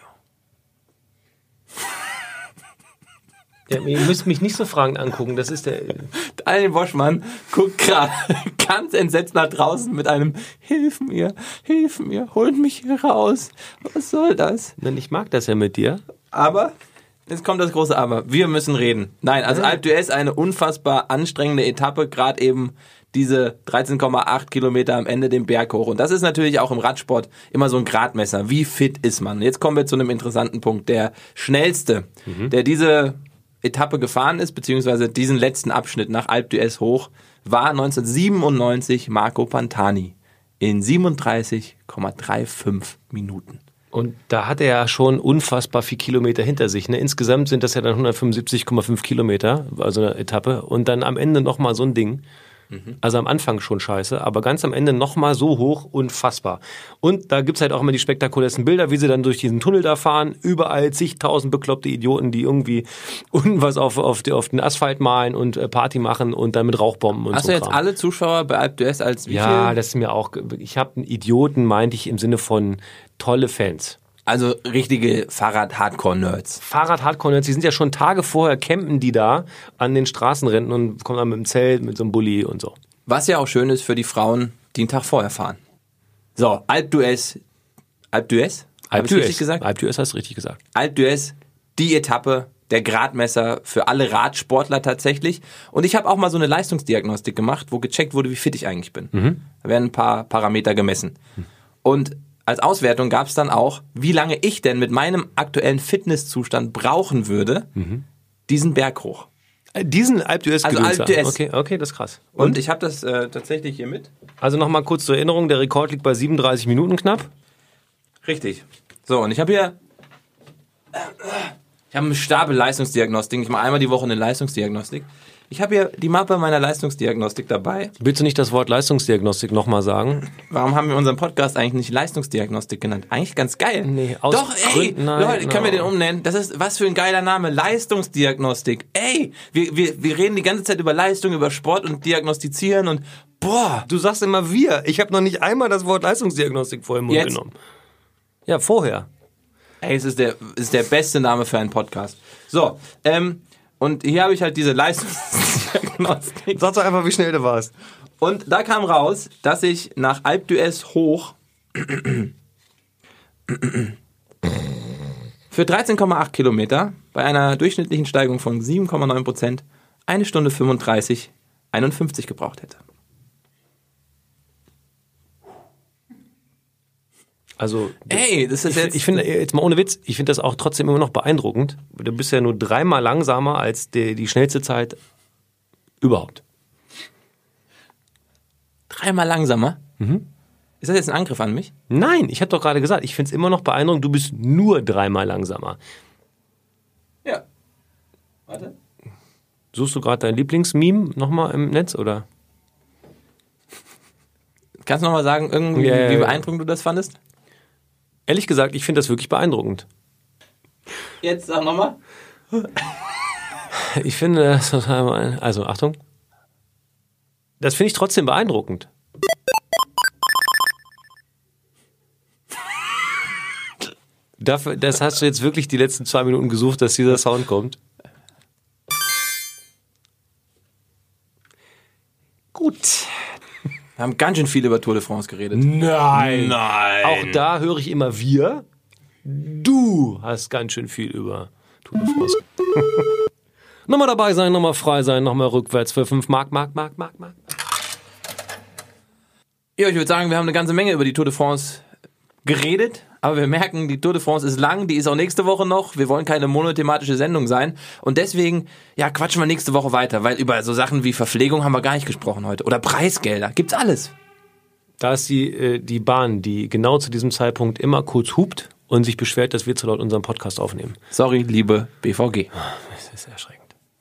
Ja, ihr müsst mich nicht so fragend angucken. Das ist der. Daniel Boschmann guckt gerade ganz entsetzt nach draußen mit einem Hilf mir, hilf mir, holt mich hier raus. Was soll das? Nein, ich mag das ja mit dir. Aber, jetzt kommt das große Aber. Wir müssen reden. Nein, also Alpe d'Huez eine unfassbar anstrengende Etappe, gerade eben diese dreizehn Komma acht Kilometer am Ende den Berg hoch. Und das ist natürlich auch im Radsport immer so ein Gradmesser. Wie fit ist man? Jetzt kommen wir zu einem interessanten Punkt. Der schnellste, mhm. der diese Etappe gefahren ist, beziehungsweise diesen letzten Abschnitt nach Alpe d'Huez hoch, war neunzehnhundertsiebenundneunzig Marco Pantani in siebenunddreißig Komma fünfunddreißig Minuten. Und da hat er ja schon unfassbar viel Kilometer hinter sich. Ne? Insgesamt sind das ja dann hundertfünfundsiebzig Komma fünf Kilometer, also eine Etappe. Und dann am Ende nochmal so ein Ding. Also am Anfang schon scheiße, aber ganz am Ende nochmal so hoch, unfassbar. Und da gibt's halt auch immer die spektakulärsten Bilder, wie sie dann durch diesen Tunnel da fahren. Überall zigtausend bekloppte Idioten, die irgendwie unten was auf, auf, die, auf den Asphalt malen und äh, Party machen und dann mit Rauchbomben und Hast so. du jetzt Kram. alle Zuschauer bei Alpe d'Huez als wie Ja, viel? das ist mir auch, ich habe einen Idioten, meinte ich im Sinne von tolle Fans. Also richtige Fahrrad-Hardcore-Nerds. Fahrrad-Hardcore-Nerds, die sind ja schon Tage vorher, campen die da an den Straßenränden und kommen dann mit dem Zelt, mit so einem Bulli und so. Was ja auch schön ist für die Frauen, die einen Tag vorher fahren. So, Alpe d'Huez. Alpe d'Huez? Hab ich richtig gesagt? Alpe d'Huez hast du richtig gesagt. Alpe d'Huez, die Etappe, der Gradmesser für alle Radsportler tatsächlich. Und ich habe auch mal so eine Leistungsdiagnostik gemacht, wo gecheckt wurde, wie fit ich eigentlich bin. Mhm. Da werden ein paar Parameter gemessen. Mhm. Und als Auswertung gab es dann auch, wie lange ich denn mit meinem aktuellen Fitnesszustand brauchen würde, mhm. diesen Berg hoch. Diesen Alpe d'Huez Also Alpe d'Huez. Okay, okay, das ist krass. Und, Und ich habe das äh, tatsächlich hier mit. Also nochmal kurz zur Erinnerung, der Rekord liegt bei siebenunddreißig Minuten knapp. Richtig. So, und ich habe hier... Ich habe einen Stapel Leistungsdiagnostik. Ich mache einmal die Woche eine Leistungsdiagnostik. Ich habe hier die Mappe meiner Leistungsdiagnostik dabei. Willst du nicht das Wort Leistungsdiagnostik nochmal sagen? Warum haben wir unseren Podcast eigentlich nicht Leistungsdiagnostik genannt? Eigentlich ganz geil. Nee, aus Doch, ey, Gründen, nein, Leute, können wir no. den umnennen? Das ist, was für ein geiler Name. Leistungsdiagnostik. Ey, wir, wir, wir reden die ganze Zeit über Leistung, über Sport und diagnostizieren und boah. Du sagst immer wir. Ich habe noch nicht einmal das Wort Leistungsdiagnostik vor den Mund Jetzt? genommen. Ja, vorher. Ey, es ist der, es ist der beste Name für einen Podcast. So, ähm, und hier habe ich halt diese Leistungsdiagnostik. Sag doch einfach, wie schnell du warst. Und da kam raus, dass ich nach Alpe d'Huez hoch für dreizehn Komma acht Kilometer bei einer durchschnittlichen Steigung von sieben Komma neun Prozent eine Stunde fünfunddreißig einundfünfzig gebraucht hätte. Also, Ey, das ist ich, jetzt... ich finde, jetzt mal ohne Witz, ich finde das auch trotzdem immer noch beeindruckend. Du bist ja nur dreimal langsamer als die, die schnellste Zeit überhaupt. Dreimal langsamer? Mhm. Ist das jetzt ein Angriff an mich? Nein, ich habe doch gerade gesagt, ich finde es immer noch beeindruckend, du bist nur dreimal langsamer. Ja. Warte. Suchst du gerade dein Lieblingsmeme nochmal im Netz, oder? Kannst du nochmal sagen, irgendwie, Ja, ja, wie ja. beeindruckend du das fandest? Ehrlich gesagt, ich finde das wirklich beeindruckend. Jetzt sag nochmal. Ich finde das total, also Achtung. Das finde ich trotzdem beeindruckend. Dafür, das hast du jetzt wirklich die letzten zwei Minuten gesucht, dass dieser Sound kommt. Gut. Wir haben ganz schön viel über Tour de France geredet. Nein. Nein. Auch da höre ich immer wir. Du hast ganz schön viel über Tour de France. Nochmal dabei sein, nochmal frei sein, nochmal rückwärts für fünf Mark, Mark, Mark, Mark, Mark. Ja, ich würde sagen, wir haben eine ganze Menge über die Tour de France geredet, aber wir merken, die Tour de France ist lang, die ist auch nächste Woche noch. Wir wollen keine monothematische Sendung sein und deswegen, ja, quatschen wir nächste Woche weiter, weil über so Sachen wie Verpflegung haben wir gar nicht gesprochen heute oder Preisgelder, gibt's alles. Da ist die, äh, die Bahn, die genau zu diesem Zeitpunkt immer kurz hupt und sich beschwert, dass wir zu laut unseren Podcast aufnehmen. Sorry, liebe B V G. Das ist erschreckend.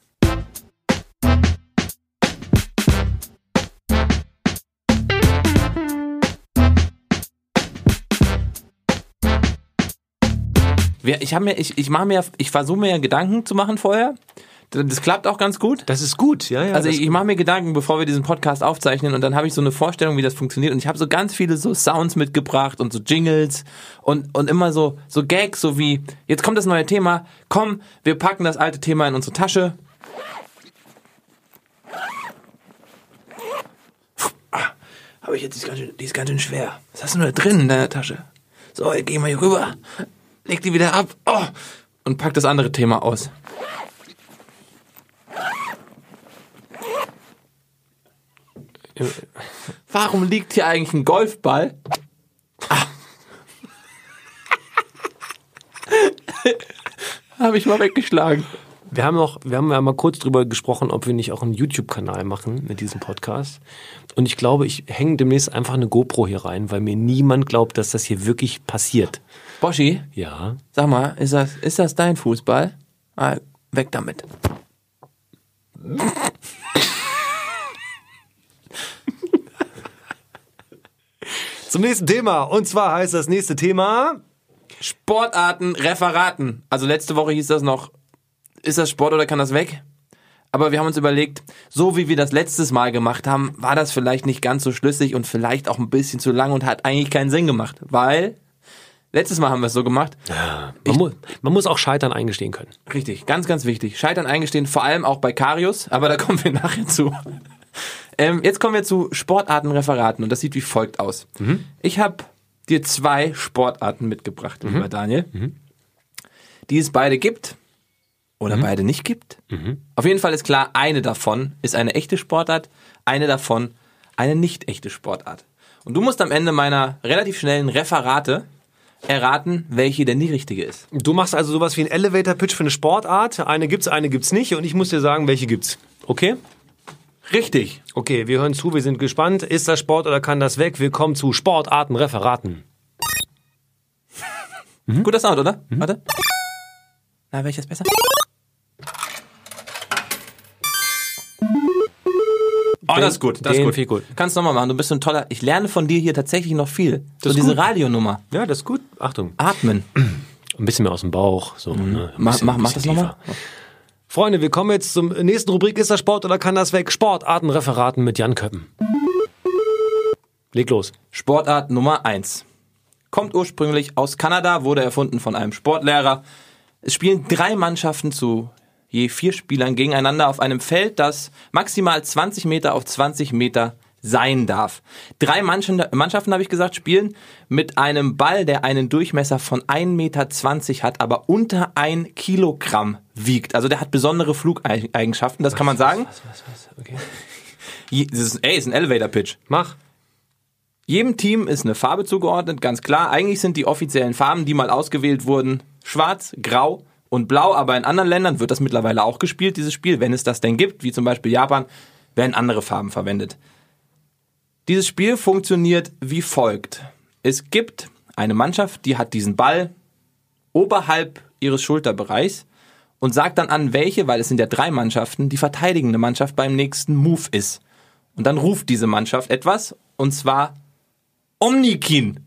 Wir, ich habe mir, ich, ich mache mir, ich versuche mir ja Gedanken zu machen vorher. Das, das klappt auch ganz gut. Das ist gut, ja, ja. Also das ich, ich mache mir Gedanken, bevor wir diesen Podcast aufzeichnen und dann habe ich so eine Vorstellung, wie das funktioniert und ich habe so ganz viele so Sounds mitgebracht und so Jingles und, und immer so, so Gags, so wie, jetzt kommt das neue Thema, komm, wir packen das alte Thema in unsere Tasche. Ah, aber jetzt, die ist, ganz schön, die ist ganz schön schwer. Was hast du da drin in deiner Tasche? So, jetzt gehen wir hier rüber, leg die wieder ab, oh, und pack das andere Thema aus. Warum liegt hier eigentlich ein Golfball? Ah. Habe ich mal weggeschlagen. Wir haben noch, wir haben ja mal kurz drüber gesprochen, ob wir nicht auch einen YouTube-Kanal machen mit diesem Podcast. Und ich glaube, ich hänge demnächst einfach eine GoPro hier rein, weil mir niemand glaubt, dass das hier wirklich passiert. Boschi, Ja. sag mal, ist das, ist das dein Fußball? Ah, weg damit. Zum nächsten Thema. Und zwar heißt das nächste Thema... Sportarten, Referaten. Also letzte Woche hieß das noch, ist das Sport oder kann das weg? Aber wir haben uns überlegt, so wie wir das letztes Mal gemacht haben, war das vielleicht nicht ganz so schlüssig und vielleicht auch ein bisschen zu lang und hat eigentlich keinen Sinn gemacht. Weil, letztes Mal haben wir es so gemacht. Man, mu man muss auch Scheitern eingestehen können. Richtig, ganz, ganz wichtig. Scheitern eingestehen, vor allem auch bei Karius, aber da kommen wir nachher zu. Ähm, jetzt kommen wir zu Sportartenreferaten und das sieht wie folgt aus. Mhm. Ich habe dir zwei Sportarten mitgebracht, lieber mhm. Daniel, mhm. die es beide gibt oder mhm. beide nicht gibt. Mhm. Auf jeden Fall ist klar, eine davon ist eine echte Sportart, eine davon eine nicht echte Sportart. Und du musst am Ende meiner relativ schnellen Referate erraten, welche denn die richtige ist. Du machst also sowas wie einen Elevator-Pitch für eine Sportart. Eine gibt's, eine gibt's nicht. Und ich muss dir sagen, welche gibt's. Okay? Richtig. Okay, wir hören zu, wir sind gespannt. Ist das Sport oder kann das weg? Wir kommen zu Sportartenreferaten. Mhm. Guter Sound, oder? Mhm. Warte. Na, welches besser? Oh, das ist gut, das ist gut. Viel gut. Kannst du nochmal machen, du bist so ein toller, ich lerne von dir hier tatsächlich noch viel. Das so diese gut. Radionummer. Ja, das ist gut. Achtung. Atmen. Ein bisschen mehr aus dem Bauch. So, mhm. ne? Mach, bisschen, mach, mach das nochmal. Freunde, wir kommen jetzt zum nächsten Rubrik. Ist das Sport oder kann das weg? Sportartenreferaten mit Jan Köppen. Leg los. Sportart Nummer eins. Kommt ursprünglich aus Kanada, wurde erfunden von einem Sportlehrer. Es spielen drei Mannschaften zu je vier Spielern gegeneinander auf einem Feld, das maximal zwanzig Meter auf zwanzig Meter sein darf. Drei Mannschaften, habe ich gesagt, spielen mit einem Ball, der einen Durchmesser von ein Meter zwanzig hat, aber unter ein Kilogramm wiegt. Also der hat besondere Flugeigenschaften, das was, kann man sagen. Was, was, was, was? Okay. Das ist, ey, ist ein Elevator-Pitch. Mach. Jedem Team ist eine Farbe zugeordnet, ganz klar. Eigentlich sind die offiziellen Farben, die mal ausgewählt wurden, schwarz, grau und blau, aber in anderen Ländern wird das mittlerweile auch gespielt, dieses Spiel, wenn es das denn gibt, wie zum Beispiel Japan, werden andere Farben verwendet. Dieses Spiel funktioniert wie folgt. Es gibt eine Mannschaft, die hat diesen Ball oberhalb ihres Schulterbereichs und sagt dann an, welche, weil es sind ja drei Mannschaften, die verteidigende Mannschaft beim nächsten Move ist. Und dann ruft diese Mannschaft etwas, und zwar Omnikin.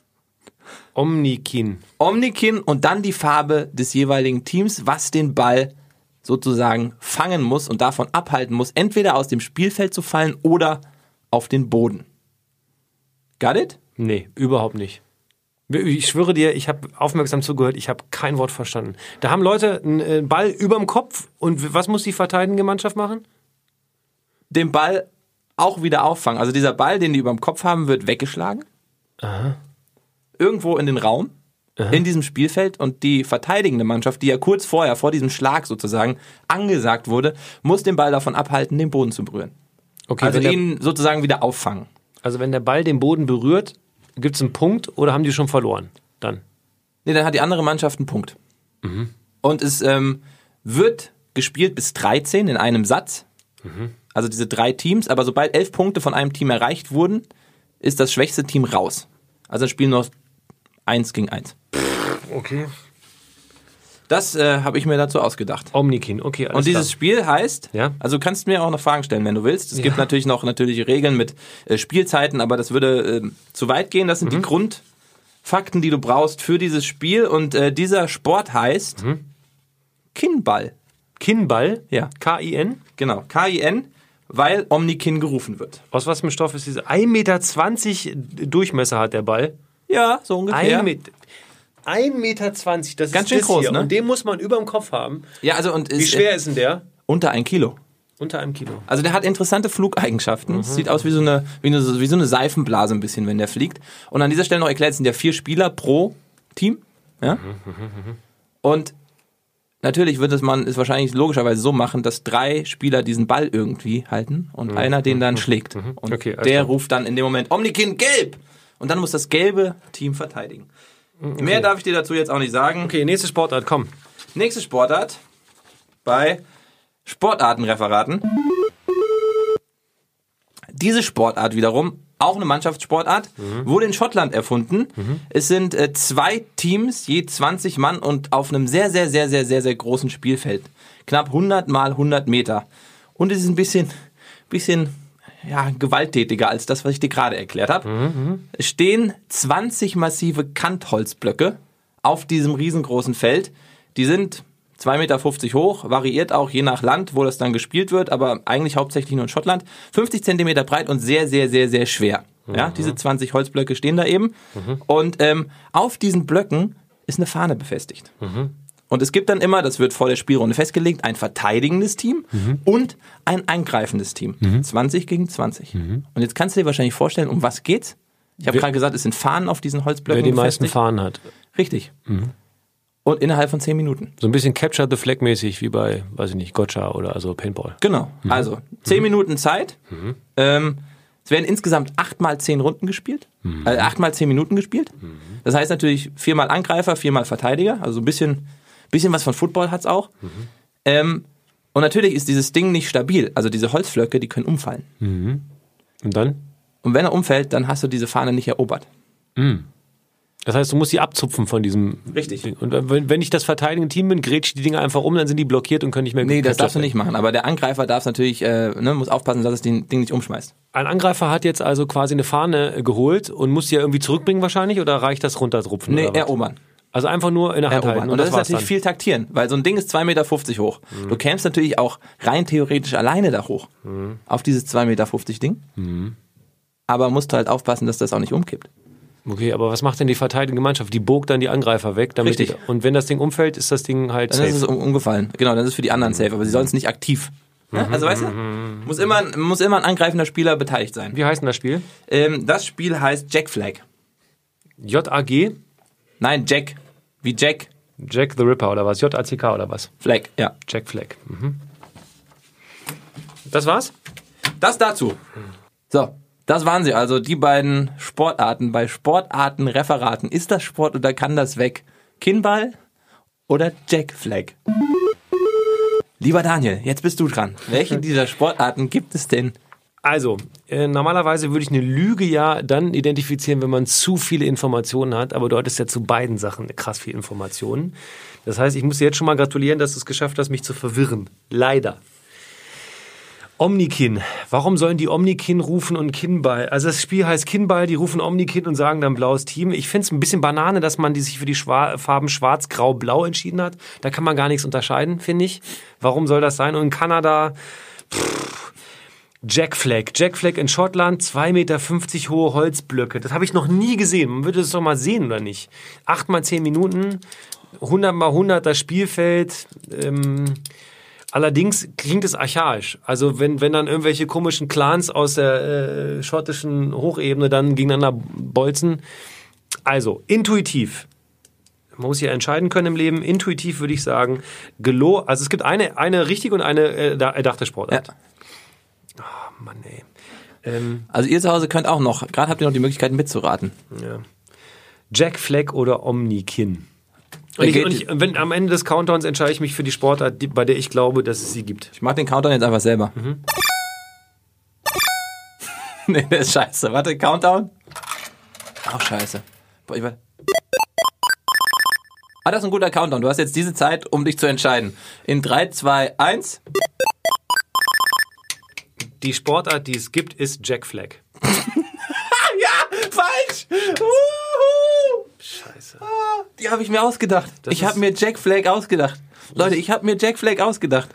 Omnikin. Omnikin und dann die Farbe des jeweiligen Teams, was den Ball sozusagen fangen muss und davon abhalten muss, entweder aus dem Spielfeld zu fallen oder auf den Boden. Got it? Nee, überhaupt nicht. Ich schwöre dir, ich habe aufmerksam zugehört, ich habe kein Wort verstanden. Da haben Leute einen Ball überm Kopf und was muss die verteidigende Mannschaft machen? Den Ball auch wieder auffangen. Also dieser Ball, den die überm Kopf haben, wird weggeschlagen. Aha. Irgendwo in den Raum, Aha. in diesem Spielfeld, und die verteidigende Mannschaft, die ja kurz vorher, vor diesem Schlag sozusagen, angesagt wurde, muss den Ball davon abhalten, den Boden zu berühren. Okay, also ihn sozusagen wieder auffangen. Also wenn der Ball den Boden berührt, gibt es einen Punkt oder haben die schon verloren? Dann? Nee, dann hat die andere Mannschaft einen Punkt. Mhm. Und es ähm, wird gespielt bis dreizehn in einem Satz. Mhm. Also diese drei Teams, aber sobald elf Punkte von einem Team erreicht wurden, ist das schwächste Team raus. Also dann spielen nur eins gegen eins. Okay. Das äh, habe ich mir dazu ausgedacht. Omnikin, okay, alles Und dieses klar. Spiel heißt, ja? also du kannst mir auch noch Fragen stellen, wenn du willst. Es ja. gibt natürlich noch natürliche Regeln mit äh, Spielzeiten, aber das würde äh, zu weit gehen. Das sind mhm. die Grundfakten, die du brauchst für dieses Spiel. Und äh, dieser Sport heißt mhm. Kinball. Kinball? Ja. K I N? Genau, K I N, weil Omnikin gerufen wird. Aus was für einem Stoff ist diese? ein Meter zwanzig Durchmesser hat der Ball. Ja, so ungefähr. Ein Meter. ein Meter zwanzig, das Ganz ist schön das groß, hier. Ne? Und den muss man über dem Kopf haben. Ja, also und Wie ist, schwer ist denn der? Unter ein Kilo. Unter einem Kilo. Also der hat interessante Flugeigenschaften. Mhm. Sieht aus wie so, eine, wie, eine, wie so eine Seifenblase ein bisschen, wenn der fliegt. Und an dieser Stelle noch erklärt, es sind ja vier Spieler pro Team. Ja? Mhm. Und natürlich wird es man es wahrscheinlich logischerweise so machen, dass drei Spieler diesen Ball irgendwie halten und mhm. einer den dann schlägt. Mhm. Und okay, der klar. ruft dann in dem Moment Omnikin gelb! Und dann muss das gelbe Team verteidigen. Okay. Mehr darf ich dir dazu jetzt auch nicht sagen. Okay, nächste Sportart, komm. Nächste Sportart bei Sportartenreferaten. Diese Sportart wiederum, auch eine Mannschaftssportart, mhm. wurde in Schottland erfunden. Mhm. Es sind äh, zwei Teams, je zwanzig Mann und auf einem sehr, sehr, sehr, sehr, sehr, sehr großen Spielfeld. Knapp hundert mal hundert Meter. Und es ist ein bisschen, bisschen ja, gewalttätiger als das, was ich dir gerade erklärt habe. Mhm. Es stehen zwanzig massive Kantholzblöcke auf diesem riesengroßen Feld. Die sind zwei Meter fünfzig hoch, variiert auch je nach Land, wo das dann gespielt wird, aber eigentlich hauptsächlich nur in Schottland. fünfzig Zentimeter breit und sehr, sehr, sehr, sehr schwer. Mhm. Ja, diese zwanzig Holzblöcke stehen da eben. Mhm. Und ähm, auf diesen Blöcken ist eine Fahne befestigt. Mhm. Und es gibt dann immer, das wird vor der Spielrunde festgelegt, ein verteidigendes Team mhm. und ein eingreifendes Team. Mhm. zwanzig gegen zwanzig. Mhm. Und jetzt kannst du dir wahrscheinlich vorstellen, um was geht's? Ich habe gerade gesagt, es sind Fahnen auf diesen Holzblöcken. Wer die befestigt. meisten Fahnen hat. Richtig. Mhm. Und innerhalb von zehn Minuten. So ein bisschen Capture the Flag mäßig wie bei, weiß ich nicht, Gotcha oder also Paintball. Genau. Mhm. Also zehn mhm. Minuten Zeit. Mhm. Ähm, es werden insgesamt acht mal zehn Runden gespielt. Mhm. Äh, acht mal zehn Minuten gespielt. Mhm. Das heißt natürlich viermal Angreifer, viermal Verteidiger. Also ein bisschen, bisschen was von Football hat's auch. Mhm. Ähm, und natürlich ist dieses Ding nicht stabil. Also diese Holzflöcke, die können umfallen. Mhm. Und dann? Und wenn er umfällt, dann hast du diese Fahne nicht erobert. Mhm. Das heißt, du musst sie abzupfen von diesem Richtig. Ding. Und wenn, wenn ich das verteidigende Team bin, grätsch ich die Dinger einfach um, dann sind die blockiert und können nicht mehr... Nee, das darfst du nicht machen. Aber der Angreifer darf natürlich, äh, ne, muss aufpassen, dass es den Ding nicht umschmeißt. Ein Angreifer hat jetzt also quasi eine Fahne geholt und muss sie ja irgendwie zurückbringen wahrscheinlich, oder reicht das runterrupfen? Nee, oder was? erobern. Also einfach nur in der Hand erobern. halten. Und, und das, das ist war's natürlich dann. viel taktieren, weil so ein Ding ist zwei Meter fünfzig hoch. Mhm. Du kämst natürlich auch rein theoretisch alleine da hoch. Mhm. Auf dieses zwei Meter fünfzig Ding. Mhm. Aber musst du halt aufpassen, dass das auch nicht umkippt. Okay, aber was macht denn die verteidigende Mannschaft? Die bogt dann die Angreifer weg. Damit Richtig. Die, und wenn das Ding umfällt, ist das Ding halt dann safe. Dann ist es um, umgefallen. Genau, dann ist es für die anderen safe. Aber sie sollen es nicht aktiv. Mhm. Ja, also weißt du, muss immer, muss immer ein angreifender Spieler beteiligt sein. Wie heißt denn das Spiel? Ähm, das Spiel heißt Jack Flag. J A G? Nein, Jack. Wie Jack. Jack the Ripper oder was? J A C K oder was? Flag, ja. Jack Flag. Mhm. Das war's? Das dazu. So, das waren sie also, die beiden Sportarten. Bei Sportartenreferaten. Ist das Sport oder kann das weg? Kinnball oder Jack Flag? Lieber Daniel, jetzt bist du dran. Welche dieser Sportarten gibt es denn? Also, äh, normalerweise würde ich eine Lüge ja dann identifizieren, wenn man zu viele Informationen hat, aber du hattest ja zu beiden Sachen krass viel Informationen. Das heißt, ich muss dir jetzt schon mal gratulieren, dass du es geschafft hast, mich zu verwirren. Leider. Omnikin. Warum sollen die Omnikin rufen und Kinnball? Also das Spiel heißt Kinnball, die rufen Omnikin und sagen dann blaues Team. Ich finde es ein bisschen Banane, dass man die sich für die Schwa- Farben schwarz, grau, blau entschieden hat. Da kann man gar nichts unterscheiden, finde ich. Warum soll das sein? Und in Kanada... Pff, Jack Flag. Jack Flag in Schottland, zwei Meter fünfzig hohe Holzblöcke. Das habe ich noch nie gesehen. Man würde es doch mal sehen, oder nicht? acht mal zehn Minuten, hundert mal hundert das Spielfeld. Ähm, allerdings klingt es archaisch. Also wenn, wenn dann irgendwelche komischen Clans aus der äh, schottischen Hochebene dann gegeneinander bolzen. Also, intuitiv. Man muss ja entscheiden können im Leben. Intuitiv würde ich sagen, gelo also es gibt eine, eine richtige und eine äh, erdachte Sportart. Ja. Oh Mann, ey. Ähm, also ihr zu Hause könnt auch noch, gerade habt ihr noch die Möglichkeit mitzuraten. Ja. Jack Flag oder Omnikin. Und, ich, und ich, wenn, am Ende des Countdowns entscheide ich mich für die Sportart, die, bei der ich glaube, dass es sie gibt. Ich mach den Countdown jetzt einfach selber. Mhm. Nee, der ist scheiße. Warte, Countdown. Auch scheiße. Boah, ich war... Ah, das ist ein guter Countdown. Du hast jetzt diese Zeit, um dich zu entscheiden. In drei, zwei, eins... Die Sportart, die es gibt, ist Jack Flag. Ja, falsch! Uhu. Scheiße. Die habe ich mir ausgedacht. Das ich habe mir Jack Flag ausgedacht. Leute, ich habe mir Jack Flag ausgedacht.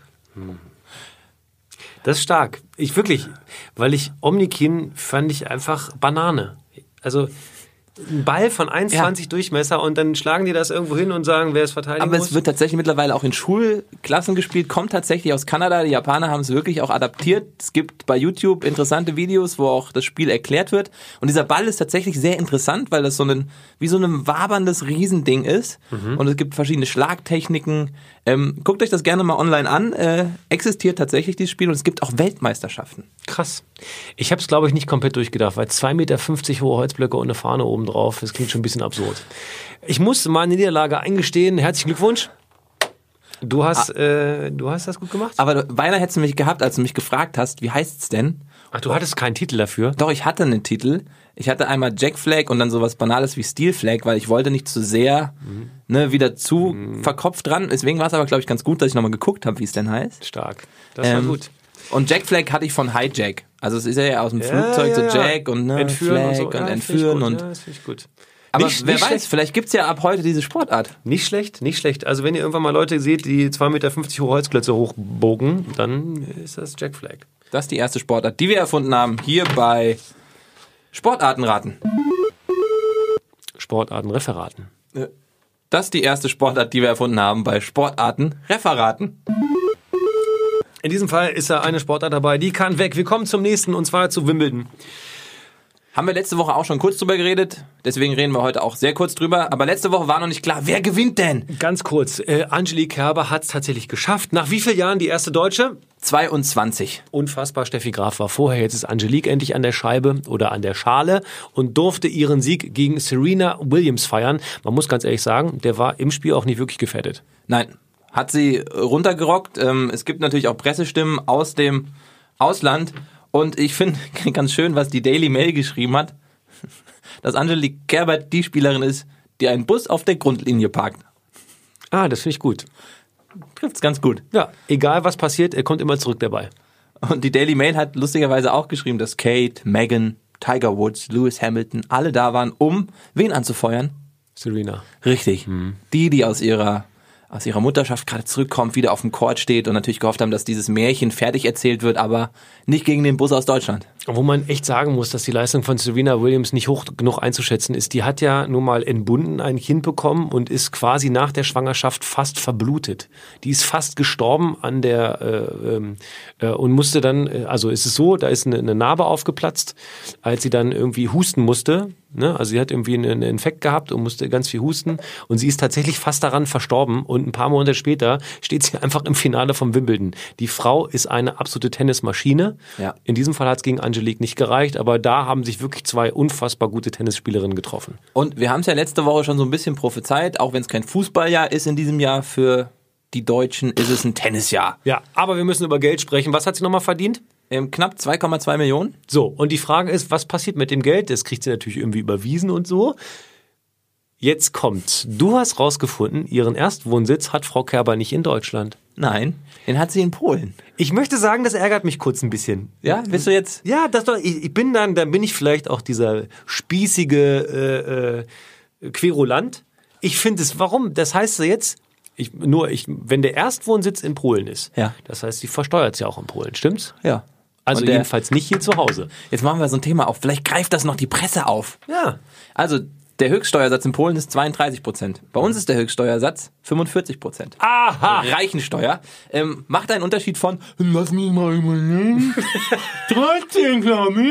Das ist stark. Ich wirklich, weil ich Omnikin fand ich einfach Banane. Also ein Ball von eins Komma zwanzig ja. Durchmesser und dann schlagen die das irgendwo hin und sagen, wer es verteidigen Aber muss. es wird tatsächlich mittlerweile auch in Schulklassen gespielt, kommt tatsächlich aus Kanada. Die Japaner haben es wirklich auch adaptiert. Es gibt bei YouTube interessante Videos, wo auch das Spiel erklärt wird. Und dieser Ball ist tatsächlich sehr interessant, weil das so ein, wie so ein waberndes Riesending ist. Mhm. Und es gibt verschiedene Schlagtechniken. Ähm, guckt euch das gerne mal online an. Äh, existiert tatsächlich dieses Spiel und es gibt auch Weltmeisterschaften. Krass. Ich habe es, glaube ich, nicht komplett durchgedacht, weil zwei Meter fünfzig hohe Holzblöcke und eine Fahne oben drauf, das klingt schon ein bisschen absurd. Ich muss meine Niederlage eingestehen. Herzlichen Glückwunsch. Du hast, ah. äh, du hast das gut gemacht. Aber du, beinahe hättest du mich gehabt, als du mich gefragt hast, wie heißt's denn? Ach, du hattest keinen Titel dafür? Doch, ich hatte einen Titel. Ich hatte einmal Jack Flag und dann sowas Banales wie Steel Flag, weil ich wollte nicht zu sehr mhm. ne, wieder zu mhm. verkopft dran. Deswegen war es aber, glaube ich, ganz gut, dass ich nochmal geguckt habe, wie es denn heißt. Stark. Das ähm, war gut. Und Jack Flag hatte ich von Hijack. Also es ist ja aus dem ja, Flugzeug ja, so Jack und ne, entführen Flag und, so. und ja, entführen. Und ja, das finde ich gut. Aber nicht, wer nicht weiß, schlecht. Vielleicht gibt's ja ab heute diese Sportart. Nicht schlecht, nicht schlecht. Also wenn ihr irgendwann mal Leute seht, die zwei Meter fünfzig hohe Holzklötze hochbogen, dann ist das Jack Flag. Das ist die erste Sportart, die wir erfunden haben, hier bei Sportartenraten. Sportartenreferaten. Das ist die erste Sportart, die wir erfunden haben bei Sportartenreferaten. In diesem Fall ist da eine Sportart dabei, die kann weg. Wir kommen zum nächsten und zwar zu Wimbledon. Haben wir letzte Woche auch schon kurz drüber geredet, deswegen reden wir heute auch sehr kurz drüber. Aber letzte Woche war noch nicht klar, wer gewinnt denn? Ganz kurz, äh, Angelique Kerber hat es tatsächlich geschafft. Nach wie vielen Jahren die erste Deutsche? zweiundzwanzig. Unfassbar, Steffi Graf war vorher, jetzt ist Angelique endlich an der Scheibe oder an der Schale und durfte ihren Sieg gegen Serena Williams feiern. Man muss ganz ehrlich sagen, der war im Spiel auch nicht wirklich gefährdet. Nein, hat sie runtergerockt. Es gibt natürlich auch Pressestimmen aus dem Ausland. Und ich finde ganz schön, was die Daily Mail geschrieben hat, dass Angelique Kerber die Spielerin ist, die einen Bus auf der Grundlinie parkt. Ah, das finde ich gut. Trifft's ganz gut. Ja, egal was passiert, er kommt immer zurück dabei. Und die Daily Mail hat lustigerweise auch geschrieben, dass Kate, Meghan, Tiger Woods, Lewis Hamilton alle da waren, um wen anzufeuern? Serena. Richtig. Hm. Die, die aus ihrer aus ihrer Mutterschaft gerade zurückkommt, wieder auf dem Court steht und natürlich gehofft haben, dass dieses Märchen fertig erzählt wird, aber nicht gegen den Bus aus Deutschland. Wo man echt sagen muss, dass die Leistung von Serena Williams nicht hoch genug einzuschätzen ist. Die hat ja nun mal entbunden ein Kind bekommen und ist quasi nach der Schwangerschaft fast verblutet. Die ist fast gestorben an der äh, äh, und musste dann, äh, also ist es so, da ist eine, eine Narbe aufgeplatzt, als sie dann irgendwie husten musste. Ne? Also sie hat irgendwie einen Infekt gehabt und musste ganz viel husten und sie ist tatsächlich fast daran verstorben und ein paar Monate später steht sie einfach im Finale von Wimbledon. Die Frau ist eine absolute Tennismaschine. Ja. In diesem Fall hat es gegen Angelique nicht gereicht, aber da haben sich wirklich zwei unfassbar gute Tennisspielerinnen getroffen. Und wir haben es ja letzte Woche schon so ein bisschen prophezeit, auch wenn es kein Fußballjahr ist in diesem Jahr für die Deutschen, ist es ein Tennisjahr. Ja, aber wir müssen über Geld sprechen. Was hat sie nochmal verdient? Ähm, knapp zwei Komma zwei Millionen. So, und die Frage ist, was passiert mit dem Geld? Das kriegt sie natürlich irgendwie überwiesen und so. Jetzt kommt, du hast rausgefunden, ihren Erstwohnsitz hat Frau Kerber nicht in Deutschland. Nein, den hat sie in Polen. Ich möchte sagen, das ärgert mich kurz ein bisschen. Ja, willst du jetzt? Ja, das doch, ich, ich bin dann, dann bin ich vielleicht auch dieser spießige äh, äh, Querulant. Ich finde es, warum? Das heißt jetzt, ich, nur ich, wenn der Erstwohnsitz in Polen ist, ja. Das heißt, sie versteuert es ja auch in Polen, stimmt's? Ja. Also der, jedenfalls nicht hier zu Hause. Jetzt machen wir so ein Thema auf. Vielleicht greift das noch die Presse auf. Ja. Also der Höchststeuersatz in Polen ist zweiunddreißig Prozent. Bei uns ist der Höchststeuersatz fünfundvierzig Prozent. Aha! Reichensteuer. Ähm, macht einen Unterschied von, lass mich mal überlegen, dreizehn, glaube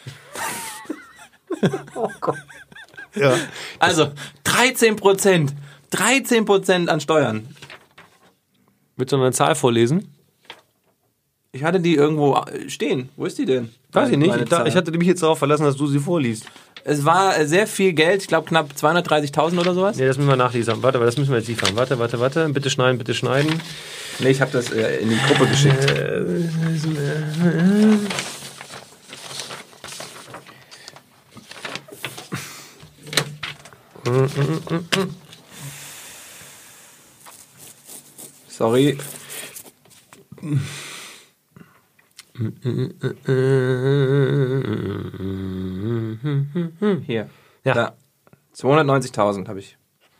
ich. Oh Gott. Ja. Also dreizehn Prozent. dreizehn Prozent an Steuern. Willst du noch eine Zahl vorlesen? Ich hatte die irgendwo stehen. Wo ist die denn? Weiß ich nicht. Ich, da, ich hatte mich jetzt darauf verlassen, dass du sie vorliest. Es war sehr viel Geld. Ich glaube knapp zweihundertdreißigtausend oder sowas. Nee, das müssen wir nachlesen. Warte, aber das müssen wir jetzt liefern. Warte, warte, warte. Bitte schneiden, bitte schneiden. Nee, ich habe das äh, in die Gruppe geschickt. Sorry. Hier. Ja. Da. zweihundertneunzigtausend habe ich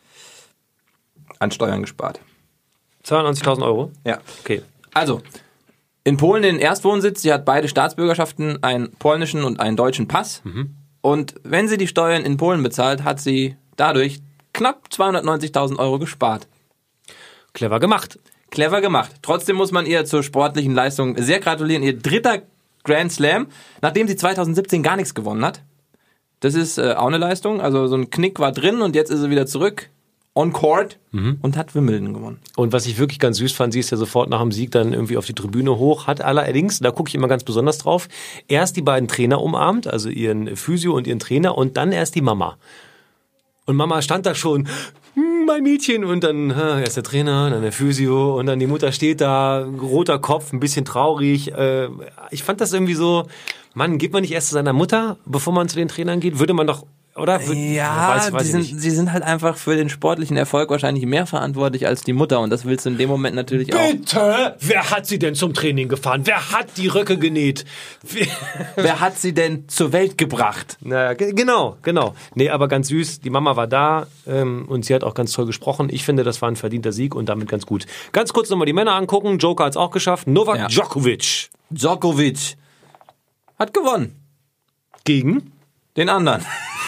an Steuern gespart. zweiundneunzigtausend Euro? Ja. Okay. Also, in Polen den Erstwohnsitz. Sie hat beide Staatsbürgerschaften, einen polnischen und einen deutschen Pass. Mhm. Und wenn sie die Steuern in Polen bezahlt, hat sie dadurch knapp zweihundertneunzigtausend Euro gespart. Clever gemacht. Clever gemacht. Trotzdem muss man ihr zur sportlichen Leistung sehr gratulieren. Ihr dritter Grand Slam, nachdem sie zweitausendsiebzehn gar nichts gewonnen hat. Das ist äh, auch eine Leistung. Also so ein Knick war drin und jetzt ist sie wieder zurück on court mhm. und hat Wimbledon gewonnen. Und was ich wirklich ganz süß fand, sie ist ja sofort nach dem Sieg dann irgendwie auf die Tribüne hoch, hat allerdings, da gucke ich immer ganz besonders drauf, erst die beiden Trainer umarmt, also ihren Physio und ihren Trainer und dann erst die Mama. Und Mama stand da schon, mein Mädchen, und dann äh, erst der Trainer, dann der Physio und dann die Mutter steht da, roter Kopf, ein bisschen traurig. Äh, ich fand das irgendwie so, Mann, geht man nicht erst zu seiner Mutter, bevor man zu den Trainern geht? Würde man doch, oder? Würde, ja, weiß, weiß die sind, sie sind halt einfach für den sportlichen Erfolg wahrscheinlich mehr verantwortlich als die Mutter und das willst du in dem Moment natürlich auch. Bitte? Wer hat sie denn zum Training gefahren? Wer hat die Röcke genäht? Wer, Wer hat sie denn zur Welt gebracht? Naja, g- genau, genau. Nee, aber ganz süß, die Mama war da ähm, und sie hat auch ganz toll gesprochen. Ich finde, das war ein verdienter Sieg und damit ganz gut. Ganz kurz nochmal die Männer angucken. Joker hat es auch geschafft. Novak ja. Djokovic. Djokovic hat gewonnen. Gegen? Den anderen.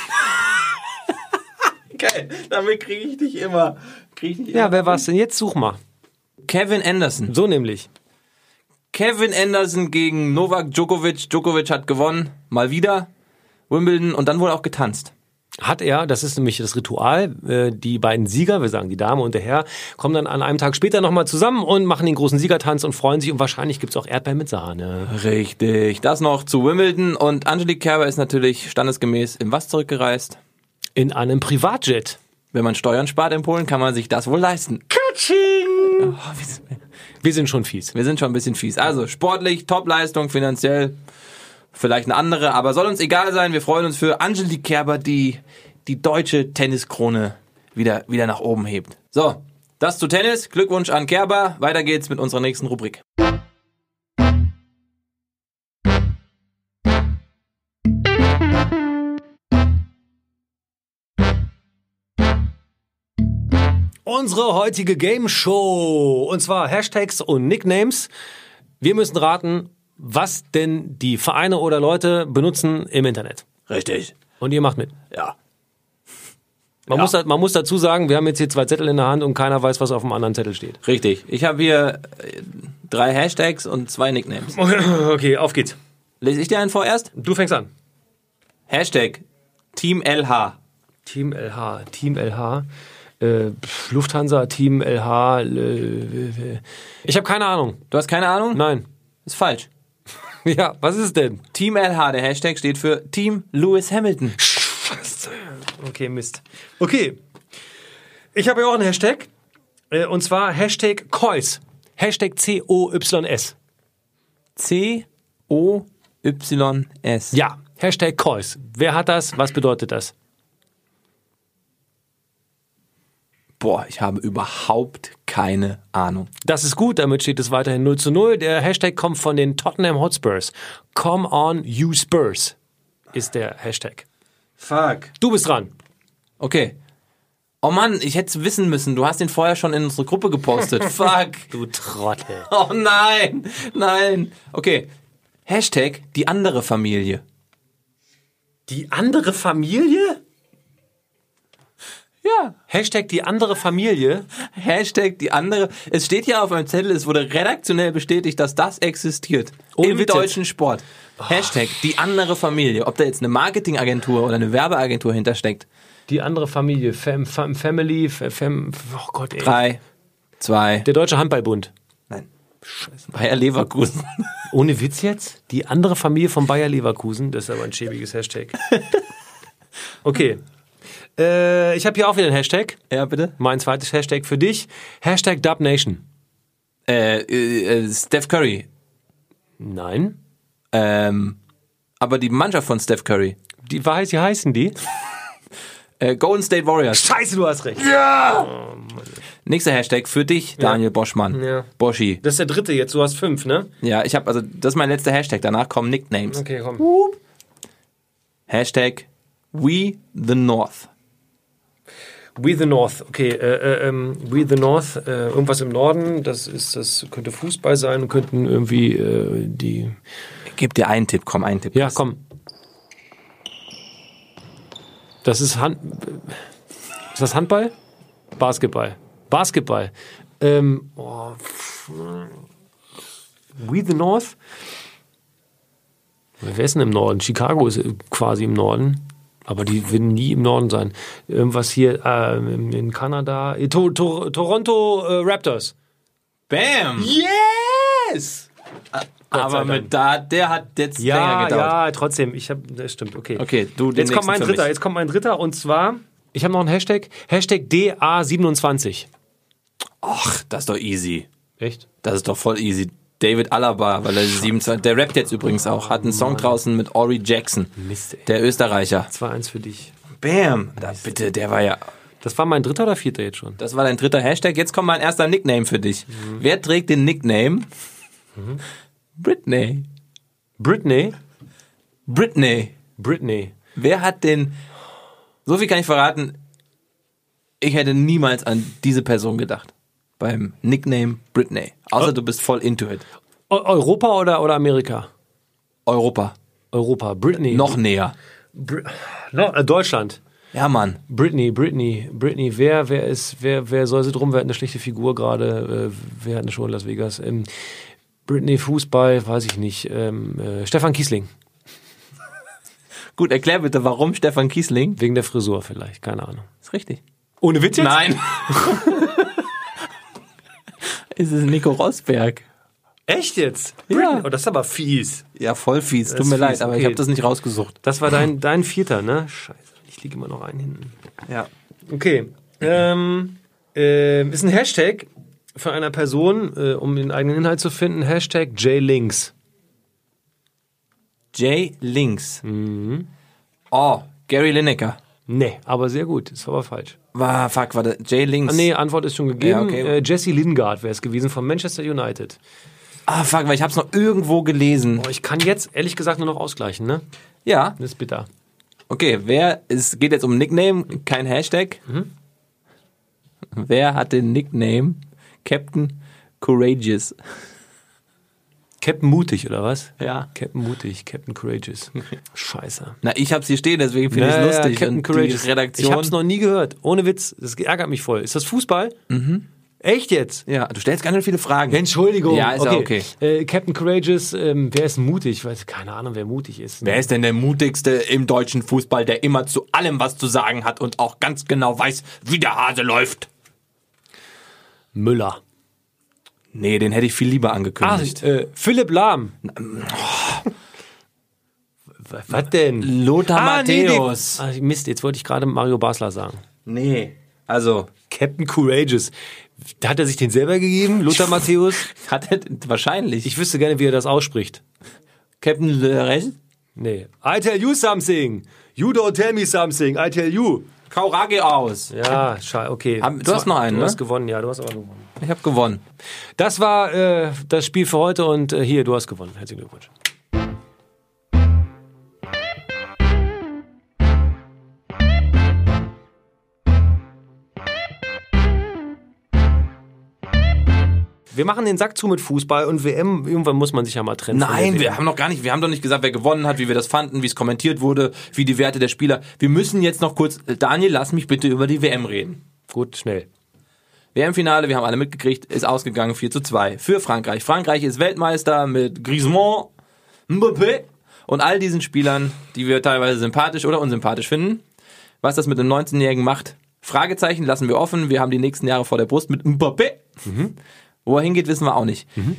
Geil, damit kriege ich dich immer. Krieg ich dich ja, immer wer war's denn jetzt? Such mal. Kevin Anderson. So nämlich. Kevin Anderson gegen Novak Djokovic. Djokovic hat gewonnen. Mal wieder. Wimbledon und dann wurde auch getanzt. Hat er, das ist nämlich das Ritual, die beiden Sieger, wir sagen die Dame und der Herr, kommen dann an einem Tag später nochmal zusammen und machen den großen Siegertanz und freuen sich und wahrscheinlich gibt's auch Erdbeeren mit Sahne. Richtig, das noch zu Wimbledon und Angelique Kerber ist natürlich standesgemäß im was zurückgereist? In einem Privatjet. Wenn man Steuern spart in Polen, kann man sich das wohl leisten. Katsching! Oh, wir, sind, wir sind schon fies. Wir sind schon ein bisschen fies. Also sportlich, Topleistung, finanziell vielleicht eine andere, aber soll uns egal sein. Wir freuen uns für Angelique Kerber, die die deutsche Tenniskrone wieder, wieder nach oben hebt. So, das zu Tennis. Glückwunsch an Kerber. Weiter geht's mit unserer nächsten Rubrik. Unsere heutige Game Show. Und zwar Hashtags und Nicknames. Wir müssen raten, was denn die Vereine oder Leute benutzen im Internet. Richtig. Und ihr macht mit. Ja. Man, Ja. muss, man muss dazu sagen, wir haben jetzt hier zwei Zettel in der Hand und keiner weiß, was auf dem anderen Zettel steht. Richtig. Ich habe hier äh, drei Hashtags und zwei Nicknames. Okay, auf geht's. Lese ich dir einen vorerst? Du fängst an. Hashtag Team L H. Team L H, Team L H, äh, pf, Lufthansa, Team L H. Äh, ich habe keine Ahnung. Du hast keine Ahnung? Nein. Ist falsch. Ja, was ist es denn? Team L H, der Hashtag steht für Team Lewis Hamilton. Okay, Mist. Okay. Ich habe ja auch einen Hashtag. Äh, und zwar Hashtag Coys. Hashtag C O Y S. C O Y S. Ja, Hashtag Coys. Wer hat das? Was bedeutet das? Boah, ich habe überhaupt keine Ahnung. Das ist gut, damit steht es weiterhin null zu null. Der Hashtag kommt von den Tottenham Hotspurs. Come on, you Spurs ist der Hashtag. Fuck. Du bist dran. Okay. Oh Mann, ich hätte es wissen müssen. Du hast den vorher schon in unsere Gruppe gepostet. Fuck. Du Trottel. Oh nein. Nein. Okay. Hashtag die andere Familie. Die andere Familie? Ja. Hashtag die andere Familie? Hashtag die andere. Es steht ja auf meinem Zettel, es wurde redaktionell bestätigt, dass das existiert. Ohne Im Witz deutschen Sport. Hashtag die andere Familie. Ob da jetzt eine Marketingagentur oder eine Werbeagentur hintersteckt. Die andere Familie. Fam, Fam, Family. Fam, oh Gott, ey. Drei, zwei. Der Deutsche Handballbund. Nein. Scheiße. Bayer Leverkusen. Ohne Witz jetzt? Die andere Familie von Bayer Leverkusen. Das ist aber ein schäbiges Hashtag. Okay. Äh, ich habe hier auch wieder einen Hashtag. Ja, bitte. Mein zweites Hashtag für dich. Hashtag Dubnation. Äh, äh, Steph Curry. Nein. Ähm, aber die Mannschaft von Steph Curry. Die, wie heißt- wie heißen die? Äh, Golden State Warriors. Scheiße, du hast recht. Nächster Hashtag für dich, Daniel Boschmann. Ja. Boschi. Das ist der dritte jetzt. Du hast fünf, ne? Ja, ich habe also das ist mein letzter Hashtag. Danach kommen Nicknames. Okay, komm. Hashtag We the North. We the North. Okay, äh, äh, ähm, We the North. Äh, irgendwas im Norden. Das ist, das könnte Fußball sein. Könnten irgendwie äh, die. Ich gebe dir einen Tipp. Komm, einen Tipp. Ja, komm. Das ist Hand. Ist das Handball? Basketball. Basketball. Ähm, oh, We the North. Wer ist denn im Norden? Chicago ist quasi im Norden. Aber die werden nie im Norden sein. Irgendwas hier äh, in Kanada. Äh, to, to, Toronto äh, Raptors. Bam! Yes! Aber sei mit da, der hat jetzt länger Ja, gedauert. ja, trotzdem. Ich habe, das stimmt. Okay. Okay, du den Jetzt kommt mein nächsten für dritter. mich. Jetzt kommt mein dritter und zwar. Ich habe noch einen Hashtag. Hashtag D A siebenundzwanzig. Ach, das ist doch easy. Echt? Das ist doch voll easy. David Alaba, weil er siebenundzwanzig, der rappt jetzt übrigens auch, hat einen Song draußen mit Ori Jackson, Mist, ey. der Österreicher. zwei eins für dich. Bam! Da, bitte, der war ja, Das war mein dritter oder vierter jetzt schon? das war dein dritter Hashtag. Jetzt kommt mein erster Nickname für dich. Mhm. Wer trägt den Nickname? Mhm. Britney. Britney? Britney. Britney. Wer hat den, so viel kann ich verraten, ich hätte niemals an diese Person gedacht. Beim Nickname Britney. Außer Oh. du bist voll into it. Eu- Europa oder, oder Amerika? Europa. Europa. Britney. Noch näher. Br no, äh, Deutschland. Ja, Mann. Britney, Britney, Britney. Wer, wer ist, wer, wer soll sie drum? Wer hat eine schlechte Figur gerade? Äh, wer hat eine Show in Las Vegas? Ähm, Britney, Fußball, weiß ich nicht. Ähm, äh, Stefan Kiesling. Gut, erklär bitte, warum Stefan Kiesling? Wegen der Frisur vielleicht, keine Ahnung. Ist richtig. Ohne Witz jetzt? Nein. Es ist Nico Rosberg. Echt jetzt? Ja. Britney? Oh, das ist aber fies. Ja, voll fies. Tut Das mir ist leid, fies, aber ich okay. habe das nicht rausgesucht. Das war dein, dein vierter, ne? Scheiße, ich liege immer noch einen hinten. Ja. Okay. Ähm, äh, ist ein Hashtag von einer Person, äh, um den eigenen Inhalt zu finden. Hashtag JLinks. Jay Links. Mhm. Oh, Gary Lineker. Nee, aber sehr gut. Ist aber falsch. War, fuck, warte, Jay Links. Ah, nee, Antwort ist schon gegeben. Ja, okay. äh, Jesse Lingard wäre es gewesen von Manchester United. Ah, fuck, weil ich hab's noch irgendwo gelesen. Oh, ich kann jetzt ehrlich gesagt nur noch ausgleichen, ne? Ja. Das ist bitter. Okay, wer, es geht jetzt um Nickname, kein Hashtag. Mhm. Wer hat den Nickname Captain Courageous? Captain Mutig, oder was? Ja. Captain Mutig, Captain Courageous. Scheiße. Na, ich hab's hier stehen, deswegen finde ich es Ja, ja, lustig. Captain Und Courageous. die Redaktion. Ich hab's noch nie gehört. Ohne Witz. Das ärgert mich voll. Ist das Fußball? Mhm. Echt jetzt? Ja, du stellst ganz schön viele Fragen. Entschuldigung. Ja, ist okay. okay. Äh, Captain Courageous, ähm, wer ist mutig? Ich weiß keine Ahnung, wer mutig ist. Wer ist denn der mutigste im deutschen Fußball, der immer zu allem was zu sagen hat und auch ganz genau weiß, wie der Hase läuft? Müller. Nee, den hätte ich viel lieber Ah, angekündigt. äh, Philipp Lahm. Was denn? Lothar ah, Matthäus. Nee, nee. Ah, Mist, jetzt wollte ich gerade Mario Basler sagen. Nee, also... Captain Courageous. Hat er sich den selber gegeben, Lothar Matthäus? Hat er wahrscheinlich. Ich wüsste gerne, wie er das ausspricht. Captain Le Rest? Nee. I tell you something. You don't tell me something. I tell you. Kaurage aus. Ja, schade, okay. Hab, du hast noch einen, Du ne? hast gewonnen, ja, du hast aber gewonnen. Ich habe gewonnen. Das war äh, das Spiel für heute und äh, hier, du hast gewonnen. Herzlichen Glückwunsch. Wir machen den Sack zu mit Fußball und W M. Irgendwann muss man sich ja mal trennen. Nein, wir haben noch gar nicht, wir haben doch nicht gesagt, wer gewonnen hat, wie wir das fanden, wie es kommentiert wurde, wie die Werte der Spieler. Wir müssen jetzt noch kurz, Daniel, lass mich bitte über die W M reden. Gut, schnell. W M-Finale, wir haben alle mitgekriegt, ist ausgegangen vier zu zwei für Frankreich. Frankreich ist Weltmeister mit Griezmann, Mbappé und all diesen Spielern, die wir teilweise sympathisch oder unsympathisch finden. Was das mit einem neunzehnjährigen macht, Fragezeichen lassen wir offen. Wir haben die nächsten Jahre vor der Brust mit Mbappé. Mhm. Wo er hingeht, wissen wir auch nicht. Mhm.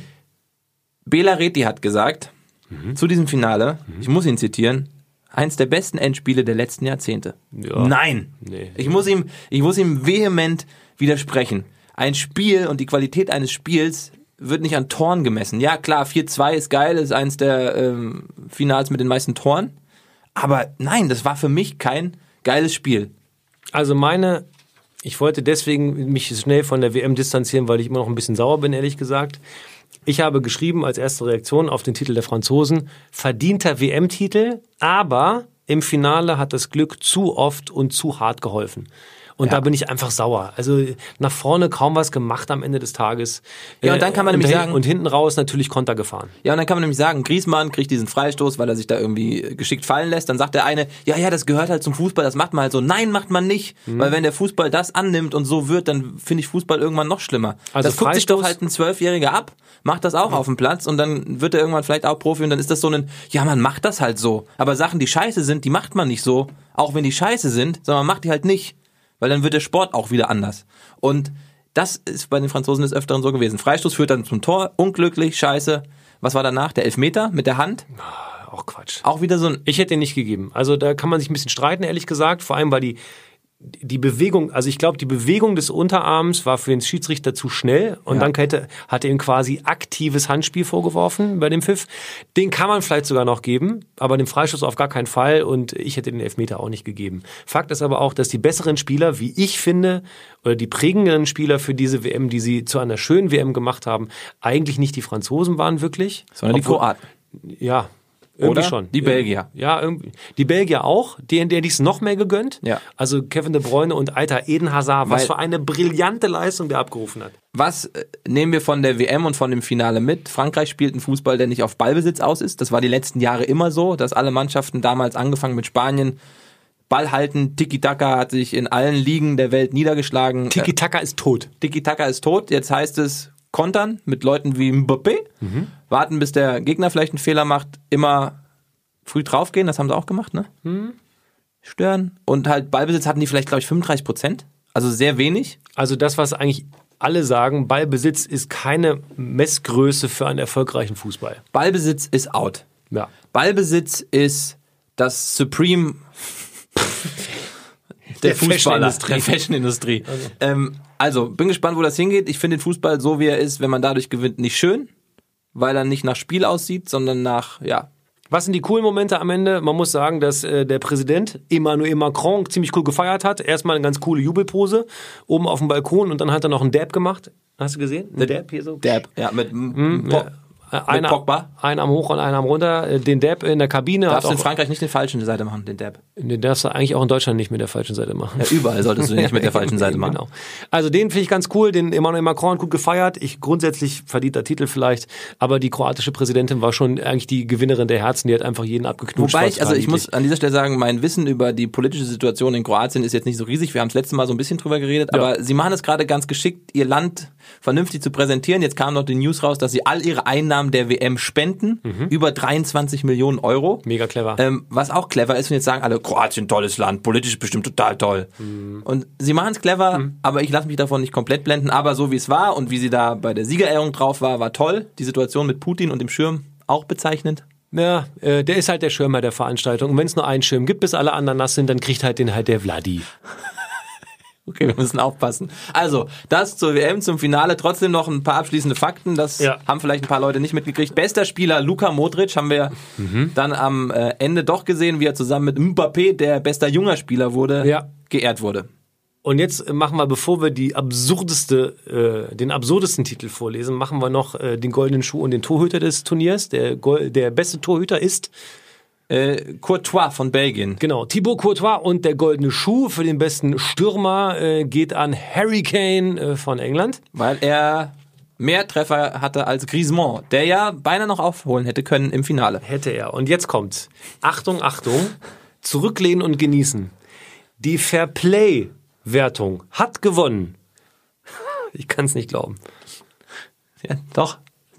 Bela Reti hat gesagt, mhm. zu diesem Finale, mhm. ich muss ihn zitieren, eins der besten Endspiele der letzten Jahrzehnte. Ja. Nein! Nee. Ich muss ihm, ich muss ihm vehement widersprechen. Ein Spiel und die Qualität eines Spiels wird nicht an Toren gemessen. Ja, klar, vier zwei ist geil, ist eins der ähm, Finals mit den meisten Toren. Aber nein, das war für mich kein geiles Spiel. Also meine... Ich wollte deswegen mich schnell von der W M distanzieren, weil ich immer noch ein bisschen sauer bin, ehrlich gesagt. Ich habe geschrieben als erste Reaktion auf den Titel der Franzosen, verdienter W M-Titel, aber im Finale hat das Glück zu oft und zu hart geholfen. Und ja. da bin ich einfach sauer. Also nach vorne kaum was gemacht am Ende des Tages. Ja, und dann kann man und nämlich dahin, sagen... Und hinten raus natürlich Konter gefahren. Ja, und dann kann man nämlich sagen, Griezmann kriegt diesen Freistoß, weil er sich da irgendwie geschickt fallen lässt. Dann sagt der eine, ja, ja, das gehört halt zum Fußball, das macht man halt so. Nein, macht man nicht. Mhm. Weil wenn der Fußball das annimmt und so wird, dann finde ich Fußball irgendwann noch schlimmer. Also das guckt sich doch halt ein Zwölfjähriger ab, macht das auch mhm. auf dem Platz und dann wird er irgendwann vielleicht auch Profi und dann ist das so ein, ja, man macht das halt so. Aber Sachen, die scheiße sind, die macht man nicht so. Auch wenn die scheiße sind, sondern man macht die halt nicht. Weil dann wird der Sport auch wieder anders. Und das ist bei den Franzosen des Öfteren so gewesen. Freistoß führt dann zum Tor, unglücklich, scheiße. Was war danach? Der Elfmeter mit der Hand? Auch Quatsch. Auch wieder so ein... Ich hätte ihn nicht gegeben. Also da kann man sich ein bisschen streiten, ehrlich gesagt. Vor allem, weil die, die Bewegung, also ich glaube, die Bewegung des Unterarms war für den Schiedsrichter zu schnell. Und ja. dann hätte, hat er ihm quasi aktives Handspiel vorgeworfen bei dem Pfiff. Den kann man vielleicht sogar noch geben, aber den Freistoß auf gar keinen Fall. Und ich hätte den Elfmeter auch nicht gegeben. Fakt ist aber auch, dass die besseren Spieler, wie ich finde, oder die prägenderen Spieler für diese W M, die sie zu einer schönen W M gemacht haben, eigentlich nicht die Franzosen waren wirklich. Sondern die Kroaten. Ja, irgendwie Oder? schon. Die Belgier. Ja, irgendwie. Die Belgier auch, denen der dies noch mehr gegönnt. Ja. Also Kevin De Bruyne und alter Eden Hazard, was Weil, für eine brillante Leistung der abgerufen hat. Was äh, nehmen wir von der W M und von dem Finale mit? Frankreich spielt einen Fußball, der nicht auf Ballbesitz aus ist. Das war die letzten Jahre immer so, dass alle Mannschaften damals angefangen mit Spanien Ball halten. Tiki-Taka hat sich in allen Ligen der Welt niedergeschlagen. Tiki-Taka ist tot. Tiki-Taka ist tot. Jetzt heißt es kontern mit Leuten wie Mbappé. Mhm. Warten, bis der Gegner vielleicht einen Fehler macht. Immer früh draufgehen, das haben sie auch gemacht, ne? Mhm. Stören. Und halt Ballbesitz hatten die vielleicht, glaube ich, fünfunddreißig Prozent. Also sehr wenig. Also das, was eigentlich alle sagen, Ballbesitz ist keine Messgröße für einen erfolgreichen Fußball. Ballbesitz ist out. Ja. Ballbesitz ist das Supreme der, der Fußballer, der Fashion-Industrie. Also. Ähm, also, bin gespannt, wo das hingeht. Ich finde den Fußball so, wie er ist, wenn man dadurch gewinnt, nicht schön, weil er nicht nach Spiel aussieht, sondern nach, ja, Was sind die coolen Momente am Ende? Man muss sagen, dass äh, der Präsident Emmanuel Macron ziemlich cool gefeiert hat. Erstmal eine ganz coole Jubelpose oben auf dem Balkon und dann hat er noch einen Dab gemacht. Hast du gesehen? Der Dab hier so? Dab, ja, mit, Mhm, Bo- ja. Ein mit Pogba. Ein Arm hoch und ein Arm runter. Den Dab in der Kabine. Darfst du hat in auch, Frankreich nicht den falschen Seite machen, den Dab. den darfst du eigentlich auch in Deutschland nicht mit der falschen Seite machen. Ja, überall solltest du den nicht mit der falschen Seite machen. Genau. Also den finde ich ganz cool, den Emmanuel Macron hat gut gefeiert. Ich grundsätzlich verdienter Titel vielleicht, aber die kroatische Präsidentin war schon eigentlich die Gewinnerin der Herzen, die hat einfach jeden abgeknutscht. Wobei Was ich, also ich niedlich. muss an dieser Stelle sagen, mein Wissen über die politische Situation in Kroatien ist jetzt nicht so riesig. Wir haben das letzte Mal so ein bisschen drüber geredet, Ja. aber sie machen es gerade ganz geschickt, ihr Land vernünftig zu präsentieren. Jetzt kam noch die News raus, dass sie all ihre Einnahmen der W M spenden, über dreiundzwanzig Millionen Euro. Mega clever. Ähm, was auch clever ist, und jetzt sagen alle, Kroatien, tolles Land, politisch bestimmt total toll. Und sie machen es clever, aber ich lasse mich davon nicht komplett blenden. Aber so wie es war und wie sie da bei der Siegerehrung drauf war, war toll. Die Situation mit Putin und dem Schirm auch bezeichnend. Ja, äh, der ist halt der Schirmer der Veranstaltung. Und wenn es nur einen Schirm gibt, bis alle anderen nass sind, dann kriegt halt den halt der Vladi. Okay, wir müssen aufpassen. Also, das zur W M, zum Finale. Trotzdem noch ein paar abschließende Fakten. Das Ja. haben vielleicht ein paar Leute nicht mitgekriegt. Bester Spieler Luka Modric haben wir dann am äh, Ende doch gesehen, wie er zusammen mit Mbappé, der bester junger Spieler wurde, Ja. geehrt wurde. Und jetzt machen wir, bevor wir die absurdeste, äh, den absurdesten Titel vorlesen, machen wir noch äh, den goldenen Schuh und den Torhüter des Turniers. Der, Gol- der beste Torhüter ist Äh, Courtois von Belgien. genau Thibaut Courtois und der goldene Schuh für den besten Stürmer äh, geht an Harry Kane äh, von England. Weil er mehr Treffer hatte als Griezmann, der ja beinahe noch aufholen hätte können im Finale. Hätte er. Und jetzt kommt's. Achtung, Achtung. Zurücklehnen und genießen. Die Fairplay-Wertung hat gewonnen. Ich kann es nicht glauben. Ja, doch.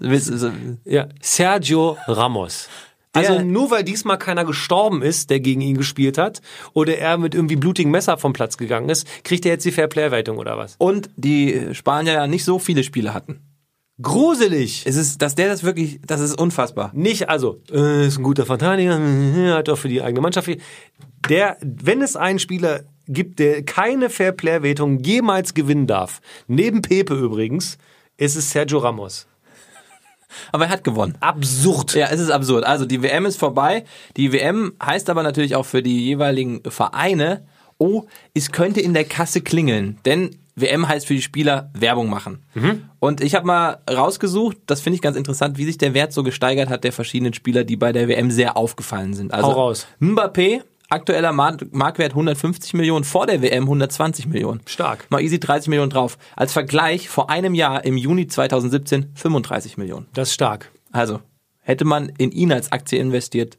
Ja, Sergio Ramos. Also Der- nur weil diesmal keiner gestorben ist, der gegen ihn gespielt hat, oder er mit irgendwie blutigem Messer vom Platz gegangen ist, kriegt er jetzt die Fairplay-Wertung oder was? Und die Spanier ja nicht so viele Spiele hatten. Gruselig! Es ist, dass der das wirklich, das ist unfassbar. Nicht, also, äh, ist ein guter Verteidiger, äh, hat doch für die eigene Mannschaft. Der, wenn es einen Spieler gibt, der keine Fairplay-Wertung jemals gewinnen darf, neben Pepe übrigens, ist es Sergio Ramos. Aber er hat gewonnen. Absurd. Ja, es ist absurd. Also die W M ist vorbei. Die W M heißt aber natürlich auch für die jeweiligen Vereine, oh, es könnte in der Kasse klingeln. Denn W M heißt für die Spieler Werbung machen. Und ich habe mal rausgesucht, das finde ich ganz interessant, wie sich der Wert so gesteigert hat der verschiedenen Spieler, die bei der W M sehr aufgefallen sind. Also Hau raus. Mbappé, aktueller Mark- Marktwert hundertfünfzig Millionen, vor der W M hundertzwanzig Millionen. Stark. Mal easy dreißig Millionen drauf. Als Vergleich, vor einem Jahr, im Juni zweitausendsiebzehn, fünfunddreißig Millionen. Das ist stark. Also, hätte man in ihn als Aktie investiert.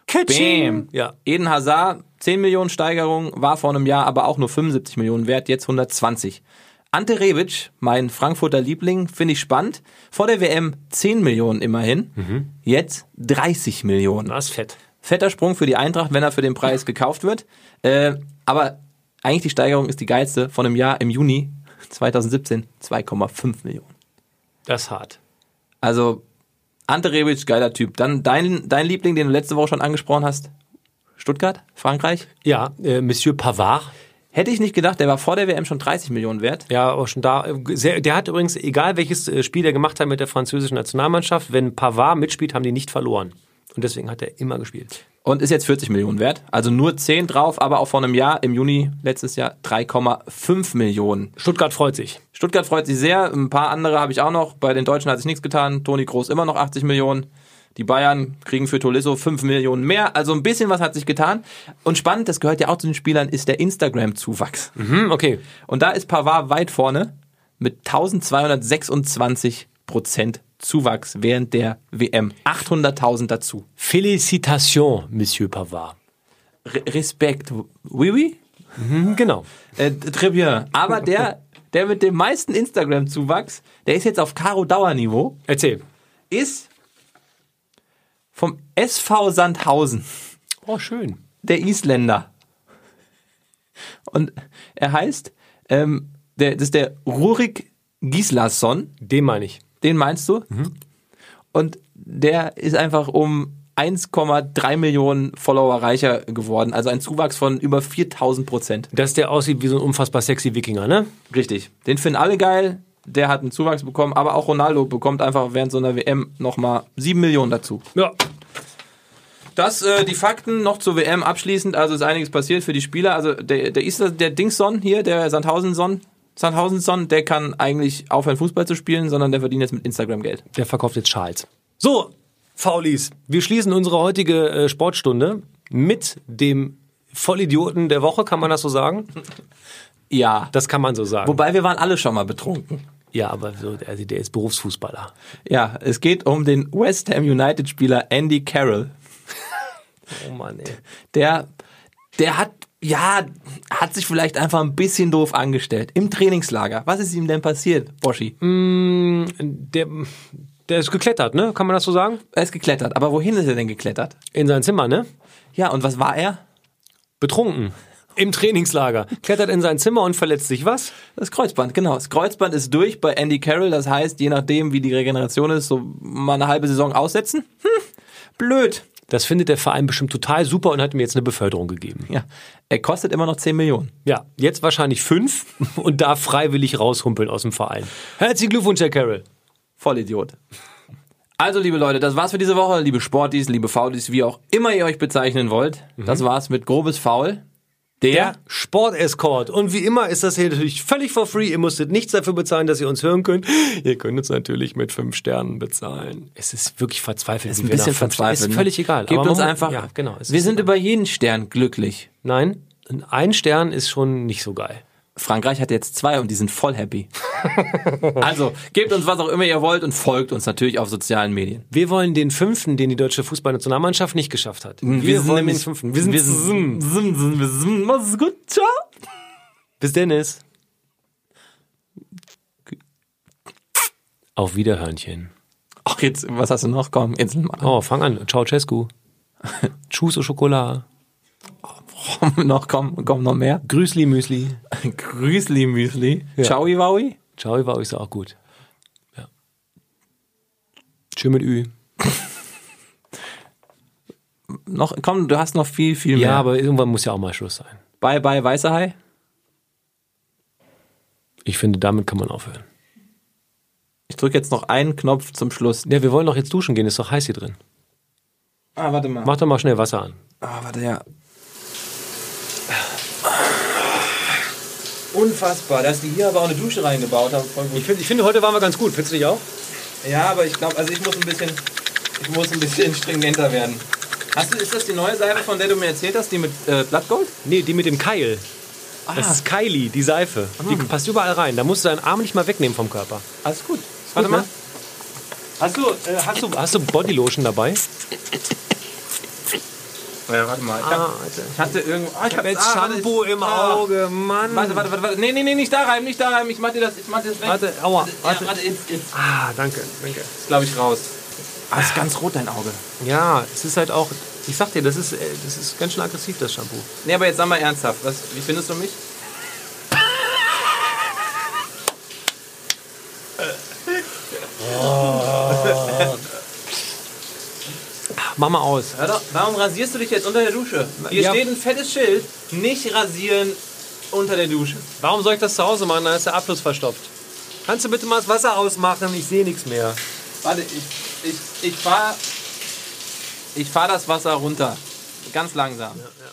Bam! Ja. Eden Hazard, zehn Millionen Steigerung, war vor einem Jahr aber auch nur fünfundsiebzig Millionen wert, jetzt hundertzwanzig. Ante Rebic, mein Frankfurter Liebling, finde ich spannend. Vor der W M zehn Millionen immerhin, jetzt dreißig Millionen. Das ist fett. Fetter Sprung für die Eintracht, wenn er für den Preis gekauft wird. Äh, aber eigentlich die Steigerung ist die geilste von einem Jahr im Juni zweitausendsiebzehn, zwei Komma fünf Millionen. Das ist hart. Also, Ante Rebic, geiler Typ. Dann dein, dein Liebling, den du letzte Woche schon angesprochen hast. Stuttgart, Frankreich. Ja, äh, Monsieur Pavard. Hätte ich nicht gedacht, der war vor der W M schon dreißig Millionen wert. Ja, auch schon da. Sehr, der hat übrigens, egal welches äh, Spiel er gemacht hat mit der französischen Nationalmannschaft, wenn Pavard mitspielt, haben die nicht verloren. Und deswegen hat er immer gespielt. Und ist jetzt vierzig Millionen wert. Also nur zehn drauf, aber auch vor einem Jahr, im Juni letztes Jahr, drei Komma fünf Millionen. Stuttgart freut sich. Stuttgart freut sich sehr. Ein paar andere habe ich auch noch. Bei den Deutschen hat sich nichts getan. Toni Kroos immer noch achtzig Millionen. Die Bayern kriegen für Tolisso fünf Millionen mehr. Also ein bisschen was hat sich getan. Und spannend, das gehört ja auch zu den Spielern, ist der Instagram-Zuwachs. Hm, okay. Und da ist Pavard weit vorne mit eintausendzweihundertsechsundzwanzig Prozent Zuwachs während der W M. achthunderttausend dazu. Félicitations, Monsieur Pavard. Re Respekt. Oui, oui? Hm, genau. Äh, très bien. Aber der, der mit dem meisten Instagram-Zuwachs, der ist jetzt auf Karo-Dauer-Niveau, Erzähl. ist vom S V Sandhausen, Oh, schön. der Isländer. Und er heißt, ähm, der, das ist der Rurik Gislason, Den meine ich. den meinst du? Und der ist einfach um eins Komma drei Millionen Follower reicher geworden, also ein Zuwachs von über viertausend Prozent. Dass der aussieht wie so ein unfassbar sexy Wikinger, ne? Richtig. Den finden alle geil, der hat einen Zuwachs bekommen, aber auch Ronaldo bekommt einfach während so einer W M nochmal sieben Millionen dazu. Ja. das äh, die Fakten noch zur W M abschließend. Also ist einiges passiert für die Spieler. Also der der Isla, der Dingsson hier, der Sandhausen-Son, Sandhausen-Son, der kann eigentlich aufhören, Fußball zu spielen, sondern der verdient jetzt mit Instagram Geld. Der verkauft jetzt Schals. So, Faulis, wir schließen unsere heutige äh, Sportstunde mit dem Vollidioten der Woche, kann man das so sagen? Ja. Das kann man so sagen. Wobei wir waren alle schon mal betrunken. Ja, aber so, also der ist Berufsfußballer. Ja, es geht um den West Ham United-Spieler Andy Carroll. Oh Mann, ey. Der, der hat, ja, hat sich vielleicht einfach ein bisschen doof angestellt. Im Trainingslager. Was ist ihm denn passiert, Boschi? Mm, der, der ist geklettert, ne? Kann man das so sagen? Er ist geklettert. Aber wohin ist er denn geklettert? In sein Zimmer, ne? Ja, und was war er? Betrunken. Im Trainingslager. Klettert in sein Zimmer und verletzt sich was? Das Kreuzband, genau. Das Kreuzband ist durch bei Andy Carroll. Das heißt, je nachdem, wie die Regeneration ist, so mal eine halbe Saison aussetzen. Hm, blöd. Das findet der Verein bestimmt total super und hat ihm jetzt eine Beförderung gegeben. Ja, er kostet immer noch zehn Millionen. Ja, jetzt wahrscheinlich fünf und darf freiwillig raushumpeln aus dem Verein. Herzlichen Glückwunsch, Herr Carroll. Vollidiot. Also, liebe Leute, das war's für diese Woche. Liebe Sportis, liebe Faulis, wie auch immer ihr euch bezeichnen wollt. Mhm. Das war's mit Grobes Faul. Der, der Sport-Escort. Und wie immer ist das hier natürlich völlig for free. Ihr musstet nichts dafür bezahlen, dass ihr uns hören könnt. Ihr könnt uns natürlich mit fünf Sternen bezahlen. Es ist wirklich verzweifelt. Es ist ein bisschen verzweifelt. Ist völlig egal. Gebt aber uns man, einfach. Ja, genau, wir sind egal. Über jeden Stern glücklich. Nein, ein Stern ist schon nicht so geil. Frankreich hat jetzt zwei und die sind voll happy. Also, gebt uns was auch immer ihr wollt und folgt uns natürlich auf sozialen Medien. Wir wollen den fünften, den die deutsche Fußballnationalmannschaft nicht geschafft hat. Wir, wir sind nämlich den fünften. Wir sind wir sind, sind, sind, wir sind. Mach's gut. Ciao. Bis Dennis. Auf Wiederhörnchen. Ach, jetzt, was hast du noch? Komm, jetzt mal. Oh, fang an. Ceausescu. Tschüss au Schokolade. noch, komm, komm, noch mehr. Grüßli Müsli. Grüßli Müsli. Ja. Ciao, Waui. Ciao, Waui ist auch gut. Ja. Tschö mit Ü. noch, komm, du hast noch viel, viel mehr. Ja, aber irgendwann muss ja auch mal Schluss sein. Bye, bye, weißer Hai. Ich finde, damit kann man aufhören. Ich drücke jetzt noch einen Knopf zum Schluss. Ja, wir wollen doch jetzt duschen gehen, ist doch heiß hier drin. Ah, warte mal. Mach doch mal schnell Wasser an. Ah, warte, ja. Unfassbar, dass die hier aber auch eine Dusche reingebaut haben. Voll gut. Ich, find, ich finde, heute waren wir ganz gut. Findest du nicht auch? Ja, aber ich glaube, also ich muss ein bisschen, ich muss ein bisschen stringenter werden. Hast du, ist das die neue Seife, von der du mir erzählt hast, die mit äh, Blattgold? Nee, die mit dem Keil. Ah. Das ist Kylie, die Seife. Die hm. passt überall rein. Da musst du deinen Arm nicht mal wegnehmen vom Körper. Alles gut. Warte mal. Ne? Hast du, äh, hast du, hast du Bodylotion dabei? Ja, warte mal. Ich, hab, ah, ich hatte irgendwo. Oh, ich, ich hab jetzt ah, Shampoo im Auge, Mann. Warte, warte, warte, warte. Nee, nee, nee, nicht da rein, nicht da rein. Ich mach dir das, ich mach dir das weg. Warte, aua. Warte, warte. Ja, warte jetzt, jetzt. Ah, danke, danke. Ist, glaube ich, raus. Ah, ist ganz rot, dein Auge. Ja, es ist halt auch, ich sag dir, das ist, das ist ganz schön aggressiv, das Shampoo. Nee, aber jetzt sag mal ernsthaft. Was, wie findest du mich? Oh. Mach mal aus. Hör doch, warum rasierst du dich jetzt unter der Dusche? Hier ja. steht ein fettes Schild, nicht rasieren unter der Dusche. Warum soll ich das zu Hause machen? Da ist der Abfluss verstopft. Kannst du bitte mal das Wasser ausmachen? Ich sehe nichts mehr. Warte, ich, ich, ich fahr, ich fahr das Wasser runter. Ganz langsam. Ja, ja.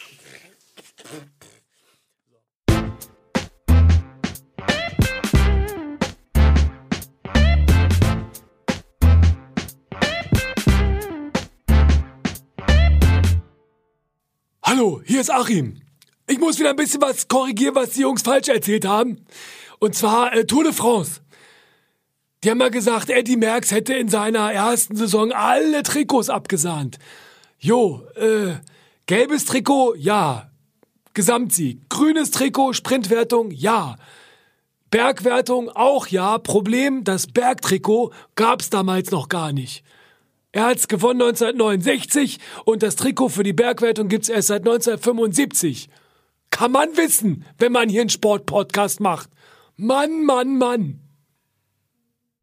Hallo, hier ist Achim. Ich muss wieder ein bisschen was korrigieren, was die Jungs falsch erzählt haben. Und zwar äh, Tour de France. Die haben mal gesagt, Eddy Merckx hätte in seiner ersten Saison alle Trikots abgesahnt. Jo, äh, gelbes Trikot, ja. Gesamtsieg. Grünes Trikot, Sprintwertung, ja. Bergwertung, auch ja. Problem, das Bergtrikot gab's damals noch gar nicht. Er hat's gewonnen neunzehnhundertneunundsechzig und das Trikot für die Bergwertung gibt's erst seit neunzehnhundertfünfundsiebzig. Kann man wissen, wenn man hier einen Sportpodcast macht. Mann, Mann, Mann.